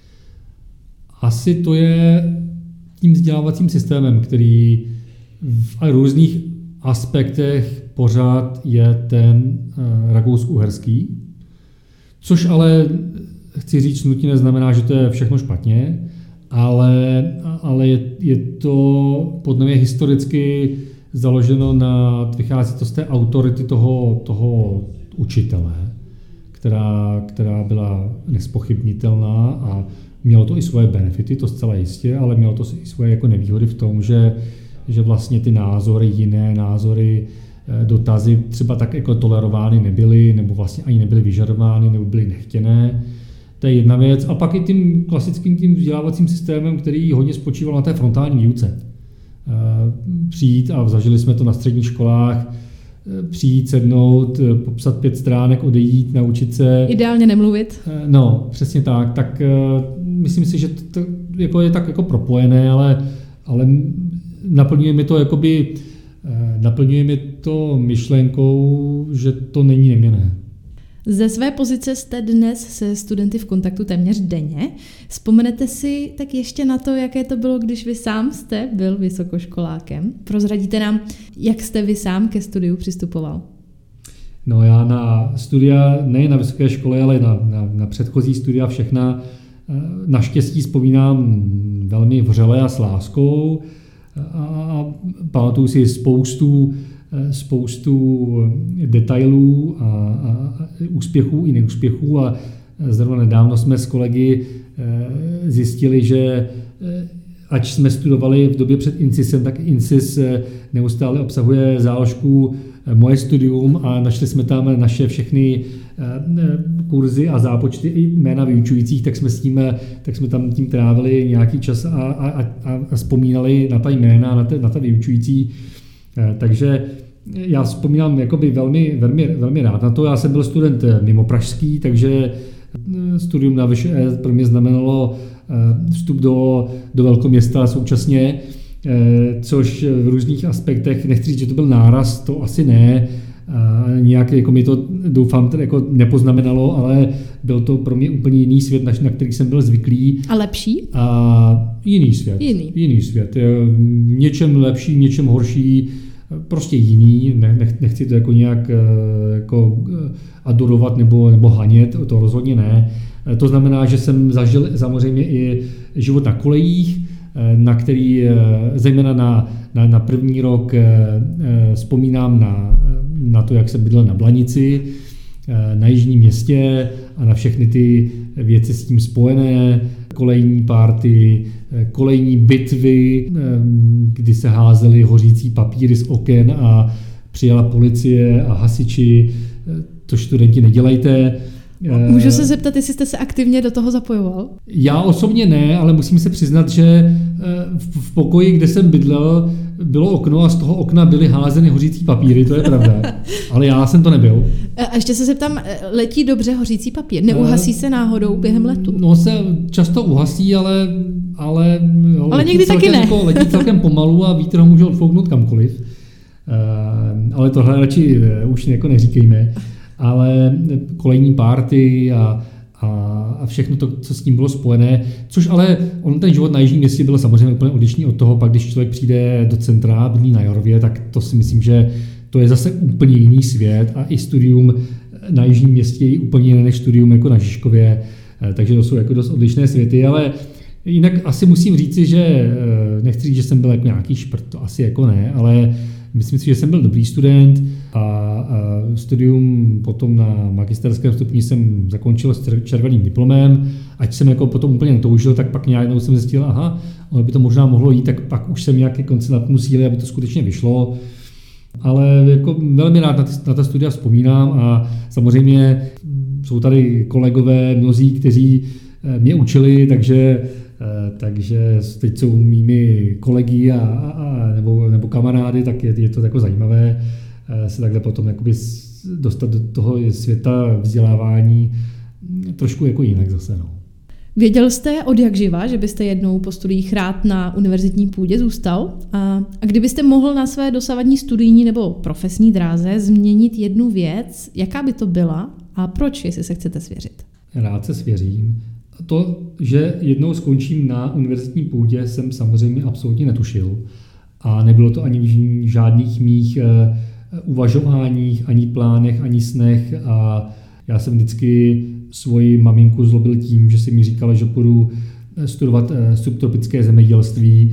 Asi to je tím vzdělávacím systémem, který v různých aspektech pořád je ten uh, rakousko-uherský, což ale chci říct nutně neznamená, že to je všechno špatně, ale, ale je, je to podle mě historicky založeno na, vychází to z té autority toho, toho učitele, která, která byla nespochybnitelná a mělo to i svoje benefity, to zcela jistě, ale mělo to i svoje jako nevýhody v tom, že, že vlastně ty názory, jiné názory, dotazy třeba tak jako tolerovány nebyly, nebo vlastně ani nebyly vyžadovány, nebo byly nechtěné. To je jedna věc. A pak i tím klasickým tím vzdělávacím systémem, který hodně spočíval na té frontální výuce. Přijít, a zažili jsme to na středních školách, přijít, sednout, popsat pět stránek, odejít, naučit se. Ideálně nemluvit. No, přesně tak. Tak myslím si, že to, to jako je tak jako propojené, ale, ale naplňuje mi to jakoby, naplňuje mi to myšlenkou, že to není neměnné. Ze své pozice jste dnes se studenty v kontaktu téměř denně. Vzpomenete si tak ještě na to, jaké to bylo, když vy sám jste byl vysokoškolákem? Prozradíte nám, jak jste vy sám ke studiu přistupoval? No já na studia, nejen na vysoké škole, ale na, na, na předchozí studia všechna naštěstí vzpomínám velmi vřele a s láskou a pamatuju si spoustu spoustu detailů a, a úspěchů i neúspěchů a zrovna nedávno jsme s kolegy zjistili, že ač jsme studovali v době před INSISem, tak INSIS neustále obsahuje záložku Moje studium a našli jsme tam naše všechny kurzy a zápočty i jména vyučujících, tak jsme s tím, tak jsme tam tím trávili nějaký čas a, a, a, a vzpomínali na ta jména, na, te, na ta vyučující. Takže já vzpomínám jakoby velmi, velmi, velmi rád na to. Já jsem byl student mimo pražský, takže studium na VŠE pro mě znamenalo vstup do, do velkoměsta současně, což v různých aspektech, nechci říct, že to byl náraz, to asi ne, nějak jako mi to doufám jako nepoznamenalo, ale byl to pro mě úplně jiný svět, na který jsem byl zvyklý. A lepší? A jiný svět. Jiný. Jiný svět. Něčem lepší, něčem horší, prostě jiný. Ne, nechci to jako nějak jako adorovat nebo, nebo hanět, to rozhodně ne. To znamená, že jsem zažil samozřejmě i život na kolejích, na který zejména na, na, na první rok vzpomínám na, na to, jak jsem bydlel na Blanici, na Jižním Městě a na všechny ty věci s tím spojené, kolejní párty, kolejní bitvy, kdy se házely hořící papíry z oken a přijela policie a hasiči. To studenti nedělejte. Můžu se zeptat, jestli jste se aktivně do toho zapojoval? Já osobně ne, ale musím se přiznat, že v pokoji, kde jsem bydlel, bylo okno a z toho okna byly házeny hořící papíry, to je pravda. Ale já jsem to nebyl. A ještě se zeptám, letí dobře hořící papír? Neuhasí se náhodou během letu? No se často uhasí, ale ale, jo, ale někdy taky ne. Jako, letí celkem pomalu a vítr ho může odfouknout kamkoliv. Ale tohle radši už jako neříkejme. Ale kolejní párty a, a, a všechno to, co s tím bylo spojené, což ale on ten život na Jižním Městě byl samozřejmě úplně odlišný od toho, pak když člověk přijde do centra, bydlí na Jorvě, tak to si myslím, že to je zase úplně jiný svět a i studium na Jižním Městě je úplně jiné než studium jako na Žižkově, takže to jsou jako dost odlišné světy, ale jinak asi musím říci, že nechci říct, že jsem byl jako nějaký šprt, to asi jako ne, ale myslím si, že jsem byl dobrý student. A, a studium potom na magisterském stupni jsem zakončil s červeným diplomem. Ať jsem jako potom úplně netoužil, tak pak nějak jsem zjistil, aha, ono by to možná mohlo jít, tak pak už jsem nějaké konce natnul síly, aby to skutečně vyšlo. Ale jako velmi rád na, ty, na ta studia vzpomínám a samozřejmě jsou tady kolegové, mnozí, kteří mě učili, takže, takže teď jsou mými kolegy a, a, nebo, nebo kamarády, tak je, je to jako zajímavé se takhle potom jakoby dostat do toho světa vzdělávání trošku jako jinak zase. No. Věděl jste od jak živa, že byste jednou po studiích rád na univerzitní půdě zůstal? A, a kdybyste mohl na své dosavadní studijní nebo profesní dráze změnit jednu věc, jaká by to byla a proč, jestli se chcete svěřit? Rád se svěřím. To, že jednou skončím na univerzitní půdě, jsem samozřejmě absolutně netušil. A nebylo to ani v žádných mých uvažováních, ani plánech, ani snech. A já jsem vždycky svoji maminku zlobil tím, že si mi říkala, že půjdu studovat subtropické zemědělství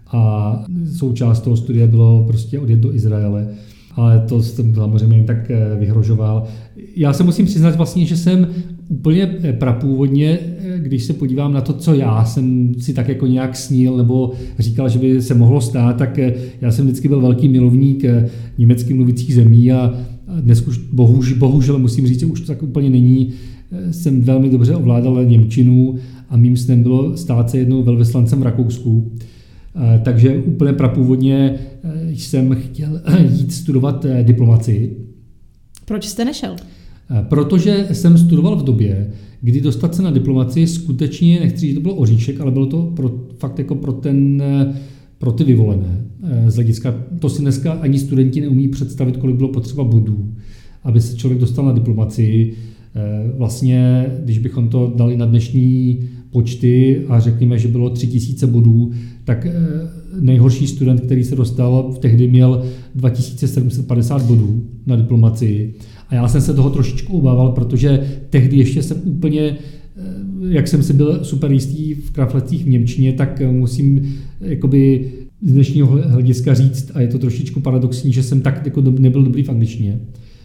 a součást toho studia bylo prostě odjet do Izraele. Ale to jsem samozřejmě tak vyhrožoval. Já se musím přiznat vlastně, že jsem úplně prapůvodně, když se podívám na to, co já jsem si tak jako nějak snil nebo říkal, že by se mohlo stát, tak já jsem vždycky byl velký milovník německy mluvících zemí a dnes už bohuž, bohužel musím říct, že už to tak úplně není. Jsem velmi dobře ovládal němčinu a mým snem bylo stát se jednou velvyslancem v Rakousku. Takže úplně prapůvodně jsem chtěl jít studovat diplomacii. Proč jste nešel? Protože jsem studoval v době, kdy dostat se na diplomacii skutečně, nechci říct, že to bylo oříšek, ale bylo to pro, fakt jako pro, ten, pro ty vyvolené. Z hlediska, to si dneska ani studenti neumí představit, kolik bylo potřeba bodů, aby se člověk dostal na diplomacii. Vlastně, když bychom to dali na dnešní počty a řekněme, že bylo tři tisíce bodů, tak nejhorší student, který se dostal, v tehdy měl dva tisíce sedm set padesát bodů na diplomacii. A já jsem se toho trošičku obával, protože tehdy ještě jsem úplně, jak jsem si byl super jistý v kraflecích v němčině, tak musím jakoby z dnešního hlediska říct, a je to trošičku paradoxní, že jsem tak jako nebyl dobrý v angličtině.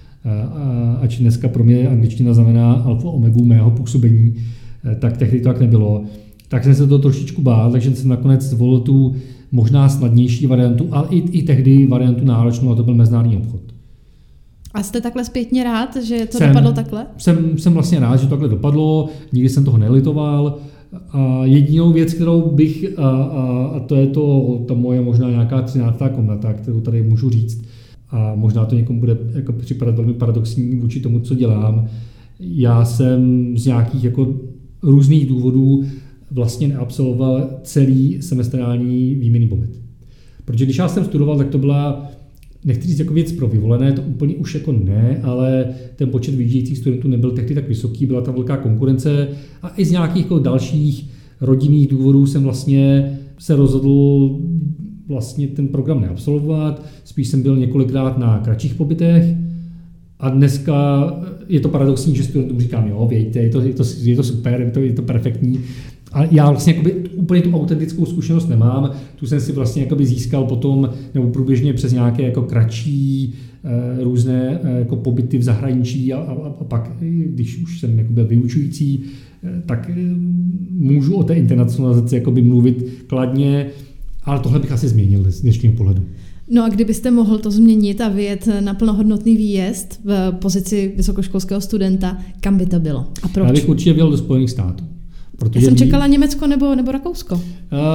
Ač dneska pro mě angličtina znamená alfa omegu mého působení, tak tehdy to tak nebylo. Tak jsem se to trošičku bál, takže jsem nakonec zvolil tu možná snadnější variantu, ale i, i tehdy variantu náročnou, a to byl mezinárodní obchod. A jste takhle zpětně rád, že to jsem, dopadlo takhle? Jsem, jsem vlastně rád, že to takhle dopadlo, nikdy jsem toho nelitoval. A jedinou věc, kterou bych, a, a, a to je to, ta moje možná nějaká třináctá komnata, kterou tady můžu říct, a možná to někomu bude jako připadat velmi paradoxní vůči tomu, co dělám. Já jsem z nějakých jako různých důvodů vlastně neabsolvoval celý semestrální výměnný pobyt. Protože když já jsem studoval, tak to byla, nechci říct jako věc pro vyvolené, to úplně už jako ne, ale ten počet vyjíždějících studentů nebyl tehdy tak vysoký, byla tam velká konkurence a i z nějakých jako dalších rodinných důvodů jsem vlastně se rozhodl vlastně ten program neabsolvovat, spíš jsem byl několikrát na kratších pobytech a dneska je to paradoxní, že studentům říkám, jo, vějte, je to, je to, je to super, je to, je to perfektní, ale já vlastně jakoby úplně tu autentickou zkušenost nemám, tu jsem si vlastně jakoby získal potom, nebo průběžně přes nějaké jako kratší e, různé e, jako pobyty v zahraničí a, a, a pak, když už jsem byl vyučující, e, tak e, můžu o té internacionalizaci jakoby mluvit kladně, ale tohle bych asi změnil z dnešního pohledu. No a kdybyste mohl to změnit a vyjet na plnohodnotný výjezd v pozici vysokoškolského studenta, kam by to bylo a proč? Já bych určitě vyjel do Spojených států. Já jsem čekala Německo nebo, nebo Rakousko. Uh,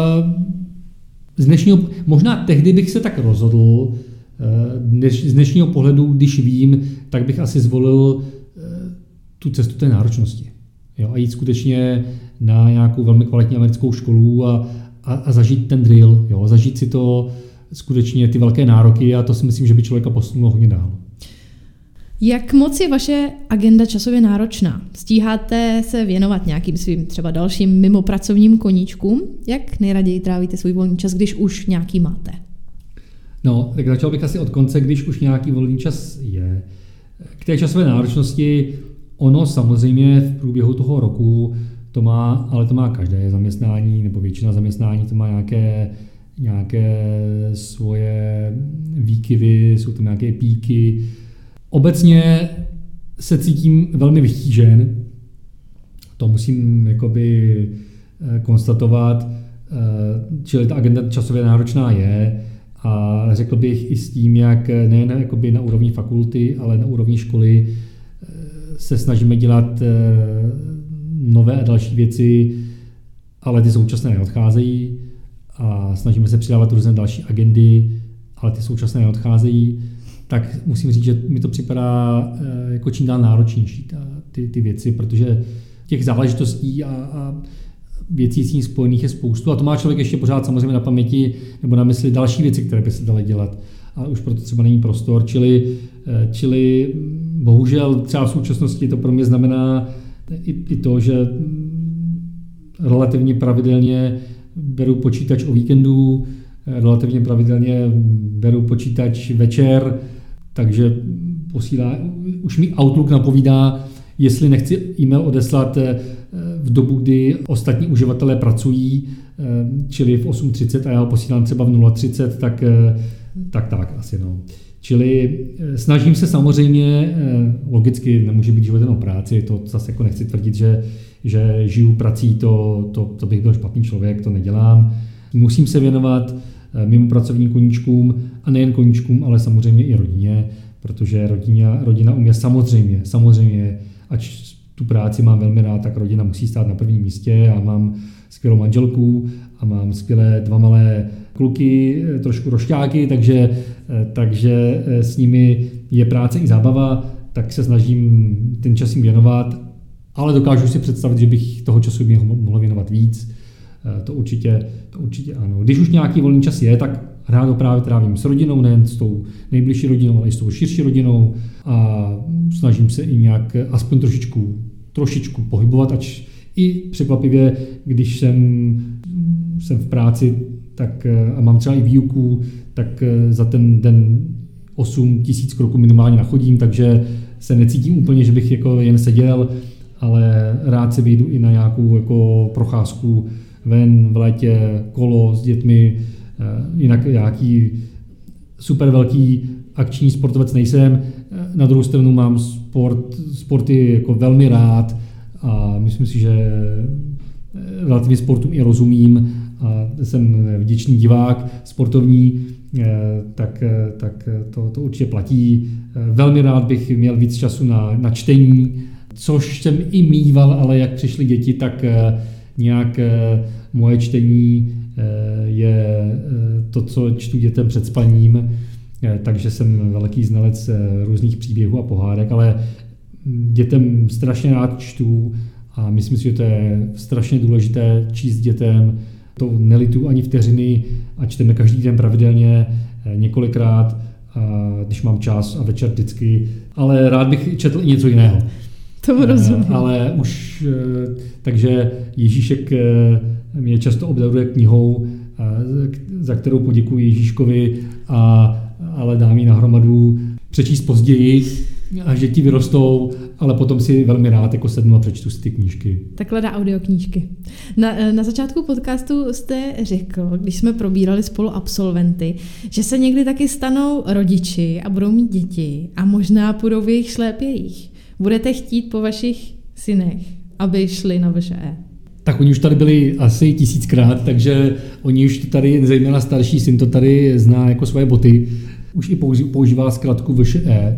z dnešního, možná tehdy bych se tak rozhodl, uh, dneš, z dnešního pohledu, když vím, tak bych asi zvolil uh, tu cestu té náročnosti. Jo, a jít skutečně na nějakou velmi kvalitní americkou školu a, a, a zažít ten drill, jo, zažít si to skutečně ty velké nároky a to si myslím, že by člověka posunulo hodně dál. Jak moc je vaše agenda časově náročná? Stíháte se věnovat nějakým svým třeba dalším mimopracovním koníčkům? Jak nejraději trávíte svůj volný čas, když už nějaký máte? No, tak začal bych asi od konce, když už nějaký volný čas je. K té časové náročnosti ono samozřejmě v průběhu toho roku to má, ale to má každé zaměstnání nebo většina zaměstnání, to má nějaké, nějaké svoje výkyvy, jsou tam nějaké píky. Obecně se cítím velmi vytížen, to musím jakoby konstatovat, čili ta agenda časově náročná je a řekl bych i s tím, jak nejen jakoby na úrovni fakulty, ale na úrovni školy se snažíme dělat nové a další věci, ale ty současné neodcházejí a snažíme se přidávat různé další agendy, ale ty současné neodcházejí, tak musím říct, že mi to připadá jako čím dál náročnější ta, ty, ty věci, protože těch záležitostí a, a věcí s tím spojených je spoustu a to má člověk ještě pořád samozřejmě na paměti nebo na mysli další věci, které by se daly dělat, ale už proto třeba není prostor, čili, čili bohužel třeba v současnosti to pro mě znamená i, i to, že relativně pravidelně beru počítač o víkendu, relativně pravidelně beru počítač večer, takže posílá, už mi Outlook napovídá, jestli nechci e-mail odeslat v dobu, kdy ostatní uživatelé pracují, čili v osm třicet a já ho posílám třeba v nula třicet, tak tak, tak asi no. Čili snažím se samozřejmě, logicky nemůže být život jen o práci, to zase jako nechci tvrdit, že, že žiju prací, to, to, to bych byl špatný člověk, to nedělám. Musím se věnovat mimo pracovním koníčkům a nejen koníčkům, ale samozřejmě i rodině, protože rodina, rodina u mě samozřejmě, samozřejmě, ať tu práci mám velmi rád, tak rodina musí stát na prvním místě. Já mám skvělou manželku a mám skvělé dva malé kluky, trošku rošťáky, takže, takže s nimi je práce i zábava, tak se snažím ten čas jim věnovat, ale dokážu si představit, že bych toho času mohl věnovat víc. To určitě, to určitě ano. Když už nějaký volný čas je, tak rád ho právě trávím s rodinou, nejen s tou nejbližší rodinou, ale i s tou širší rodinou a snažím se i nějak aspoň trošičku, trošičku pohybovat, ač i překvapivě, když jsem, jsem v práci tak, a mám třeba i výuku, tak za ten den osm tisíc kroků minimálně nachodím, takže se necítím úplně, že bych jako jen seděl, ale rád se vyjdu i na nějakou jako procházku ven v létě, kolo s dětmi, jinak nějaký super velký akční sportovec nejsem. Na druhou stranu mám sport, sporty jako velmi rád a myslím si, že relativně sportům i rozumím a jsem vděčný divák sportovní, tak, tak to, to určitě platí. Velmi rád bych měl víc času na, na čtení, což jsem i mýval, ale jak přišly děti, tak nějak moje čtení je to, co čtu dětem před spaním, takže jsem velký znalec různých příběhů a pohádek, ale dětem strašně rád čtu a myslím si, že to je strašně důležité číst dětem. To nelituju ani vteřiny a čteme každý den pravidelně několikrát, když mám čas a večer vždycky, ale rád bych četl i něco jiného. Tomu rozumím. Ale už, takže Ježíšek mě často obdaruje knihou, za kterou poděkuji Ježíškovi, a, ale dám ji nahromadu přečíst později, až děti vyrostou, ale potom si velmi rád jako sednu a přečtu si ty knížky. Takhle dá audioknížky. Na, na začátku podcastu jste řekl, když jsme probírali spolu absolventy, že se někdy taky stanou rodiči a budou mít děti a možná půjdou v jejich šlépějích. Budete chtít po vašich synech, aby šli na V Š E? Tak oni už tady byli asi tisíckrát, takže oni už to tady, zejména starší syn to tady zná jako svoje boty. Už i používá zkratku V Š E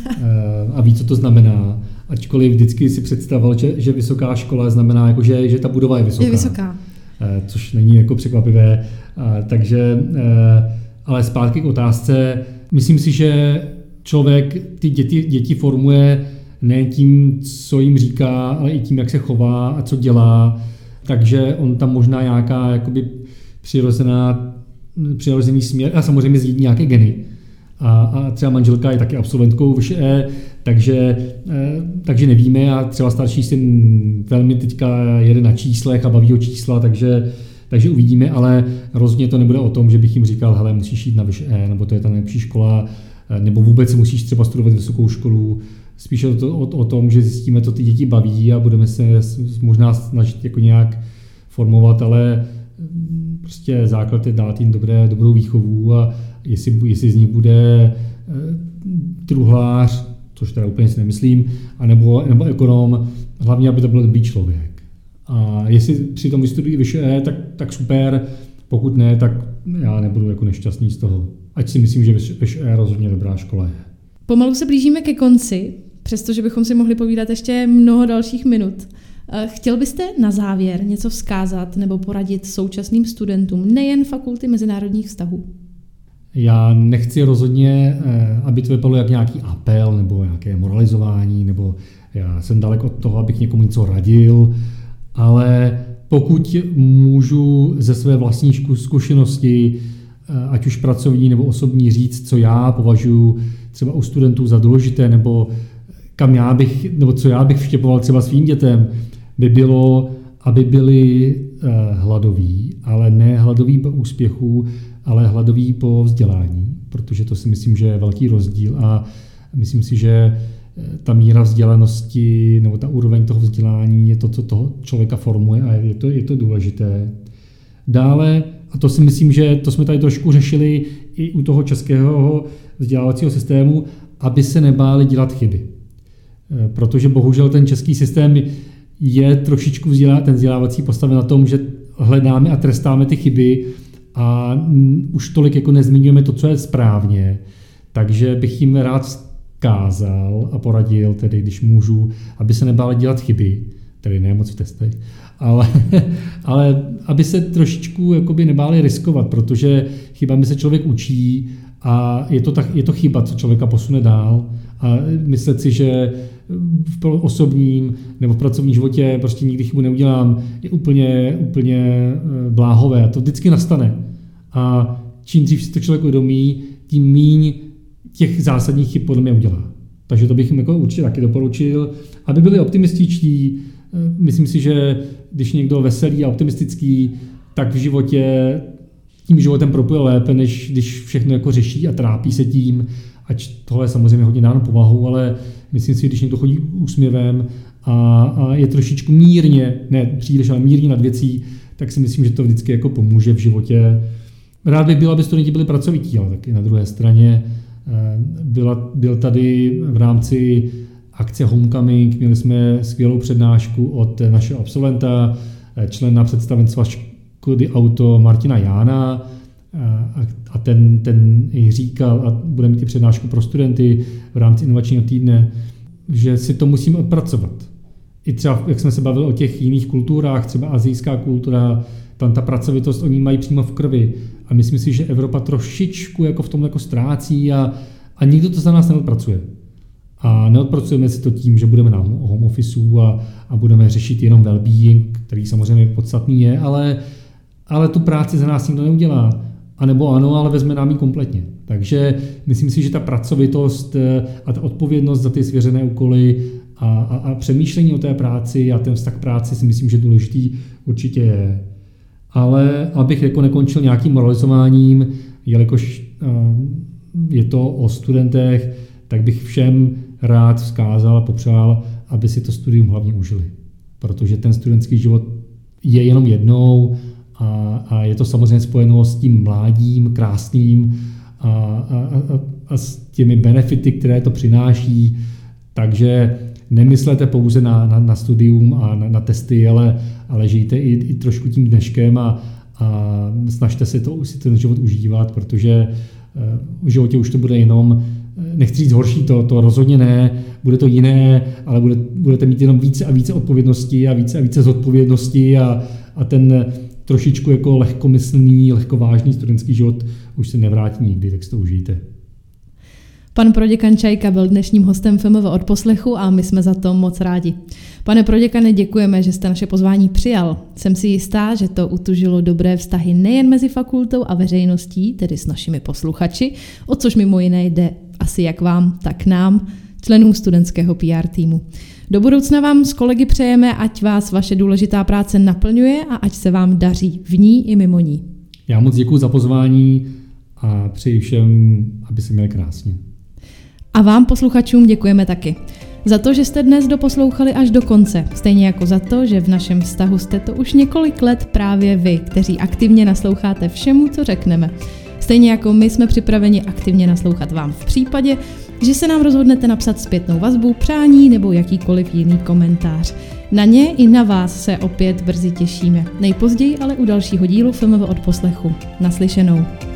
a ví, co to znamená. Ačkoliv vždycky si představoval, že, že vysoká škola znamená, jako že, že ta budova je vysoká. Je vysoká. Což není jako překvapivé. Takže, ale zpátky k otázce. Myslím si, že člověk ty děti, děti formuje ne tím, co jim říká, ale i tím, jak se chová a co dělá. Takže on tam možná nějaká jakoby přirozená, přirozený směr a samozřejmě zjistí nějaké geny. A, a třeba manželka je taky absolventkou V Š E, takže, takže nevíme a třeba starší syn velmi teďka jede na číslech a baví o čísla, takže, takže uvidíme, ale rozhodně to nebude o tom, že bych jim říkal, hele, musíš jít na V Š E, nebo to je ta nejlepší škola, nebo vůbec musíš třeba studovat vysokou školu. Spíše o, to, o, o tom, že zjistíme, co ty děti baví a budeme se možná snažit jako nějak formovat, ale prostě základ je dát jim dobré, dobrou výchovu a jestli, jestli z nich bude truhlář, což teda úplně si nemyslím, anebo, nebo ekonom, hlavně, aby to byl dobrý člověk. A jestli při tom vystudují vyšší, tak, tak super, pokud ne, tak já nebudu jako nešťastný z toho. Ať si myslím, že vyšší rozhodně dobrá škola je. Pomalu se blížíme ke konci, přestože bychom si mohli povídat ještě mnoho dalších minut. Chtěl byste na závěr něco vzkázat nebo poradit současným studentům nejen Fakulty mezinárodních vztahů? Já nechci rozhodně, aby to vypadalo jak nějaký apel nebo nějaké moralizování, nebo já jsem dalek od toho, abych někomu něco radil, ale pokud můžu ze své vlastní zkušenosti, ať už pracovní nebo osobní, říct, co já považuji třeba u studentů za důležité, nebo kam já bych, nebo co já bych vštěpoval třeba svým dětem, by bylo, aby byli hladoví, ale ne hladoví po úspěchu, ale hladoví po vzdělání, protože to si myslím, že je velký rozdíl a myslím si, že ta míra vzdělanosti nebo ta úroveň toho vzdělání je to, co toho člověka formuje a je to, je to důležité. Dále, a to si myslím, že to jsme tady trošku řešili i u toho českého vzdělávacího systému, aby se nebáli dělat chyby. Protože bohužel ten český systém je trošičku vzdělá, ten vzdělávací postaven na tom, že hledáme a trestáme ty chyby a už tolik jako nezmiňujeme to, co je správně. Takže bych jim rád vzkázal a poradil, tedy když můžu, aby se nebáli dělat chyby, tedy ne moc v testech, ale, ale aby se trošičku jakoby nebáli riskovat, protože chybami se člověk učí a je to, tak, je to chyba, co člověka posune dál a myslet si, že v osobním nebo v pracovním životě prostě nikdy chybu neudělám, je úplně, úplně bláhové a to vždycky nastane. A čím dřív si to člověk uvědomí, tím míň těch zásadních chyb podle mě udělá. Takže to bych jim jako určitě taky doporučil, aby byli optimističtí. Myslím si, že když někdo veselý a optimistický, tak v životě tím životem propuje lépe, než když všechno jako řeší a trápí se tím. Ať tohle je samozřejmě hodně dáno povahou, ale myslím si, když někdo chodí úsměvem a, a je trošičku mírně, ne příliš, ale mírně nad věcí, tak si myslím, že to vždycky jako pomůže v životě. Rád bych byl, aby studenti byli pracovití, ale taky na druhé straně byla, byl tady v rámci akce Homecoming, měli jsme skvělou přednášku od našeho absolventa, člena představenstva Škody Auto Martina Jána, a ten, ten říkal, a budeme mít i přednášku pro studenty v rámci inovačního týdne, že si to musíme odpracovat. I třeba, jak jsme se bavili o těch jiných kulturách, třeba asijská kultura, tam ta pracovitost oni mají přímo v krvi. A myslím si, že Evropa trošičku jako v tom jako ztrácí a, a nikdo to za nás neodpracuje. A neodpracujeme si to tím, že budeme na home officeu a, a budeme řešit jenom well-being, který samozřejmě podstatný je, ale, ale tu práci za nás nikdo neudělá. A nebo ano, ale vezme nám ji kompletně. Takže myslím si, že ta pracovitost a ta odpovědnost za ty svěřené úkoly a, a, a přemýšlení o té práci a ten vztah k práci si myslím, že důležitý určitě je. Ale abych jako nekončil nějakým moralizováním, jelikož je to o studentech, tak bych všem rád vzkázal a popřál, aby si to studium hlavně užili. Protože ten studentský život je jenom jednou a, a je to samozřejmě spojeno s tím mládím, krásným a, a, a, a s těmi benefity, které to přináší. Takže nemyslete pouze na, na, na studium a na, na testy, ale, ale žijte i, i trošku tím dneškem a, a snažte se to, si ten život užívat, protože v životě už to bude jenom, nechci říct horší, to, to rozhodně ne, bude to jiné, ale bude, budete mít jenom více a více odpovědnosti a více a více zodpovědnosti a, a ten trošičku jako lehkomyslný, lehkovážný studentský život už se nevrátí nikdy, tak si to užijte. Pan proděkan Čajka byl dnešním hostem F M V Odposlechu a my jsme za to moc rádi. Pane proděkane, děkujeme, že jste naše pozvání přijal. Jsem si jistá, že to utužilo dobré vztahy nejen mezi fakultou a veřejností, tedy s našimi posluchači, o což mimo jiné jde asi jak vám, tak nám, členům studentského P R týmu. Do budoucna vám s kolegy přejeme, ať vás vaše důležitá práce naplňuje a ať se vám daří v ní i mimo ní. Já moc děkuji za pozvání a přeji všem, aby se měli krásně. A vám posluchačům děkujeme taky. Za to, že jste dnes doposlouchali až do konce, stejně jako za to, že v našem vztahu jste to už několik let právě vy, kteří aktivně nasloucháte všemu, co řekneme. Stejně jako my jsme připraveni aktivně naslouchat vám v případě, že se nám rozhodnete napsat zpětnou vazbu, přání nebo jakýkoliv jiný komentář. Na ně i na vás se opět brzy těšíme. Nejpozději ale u dalšího dílu F M V od poslechu. Naslyšenou.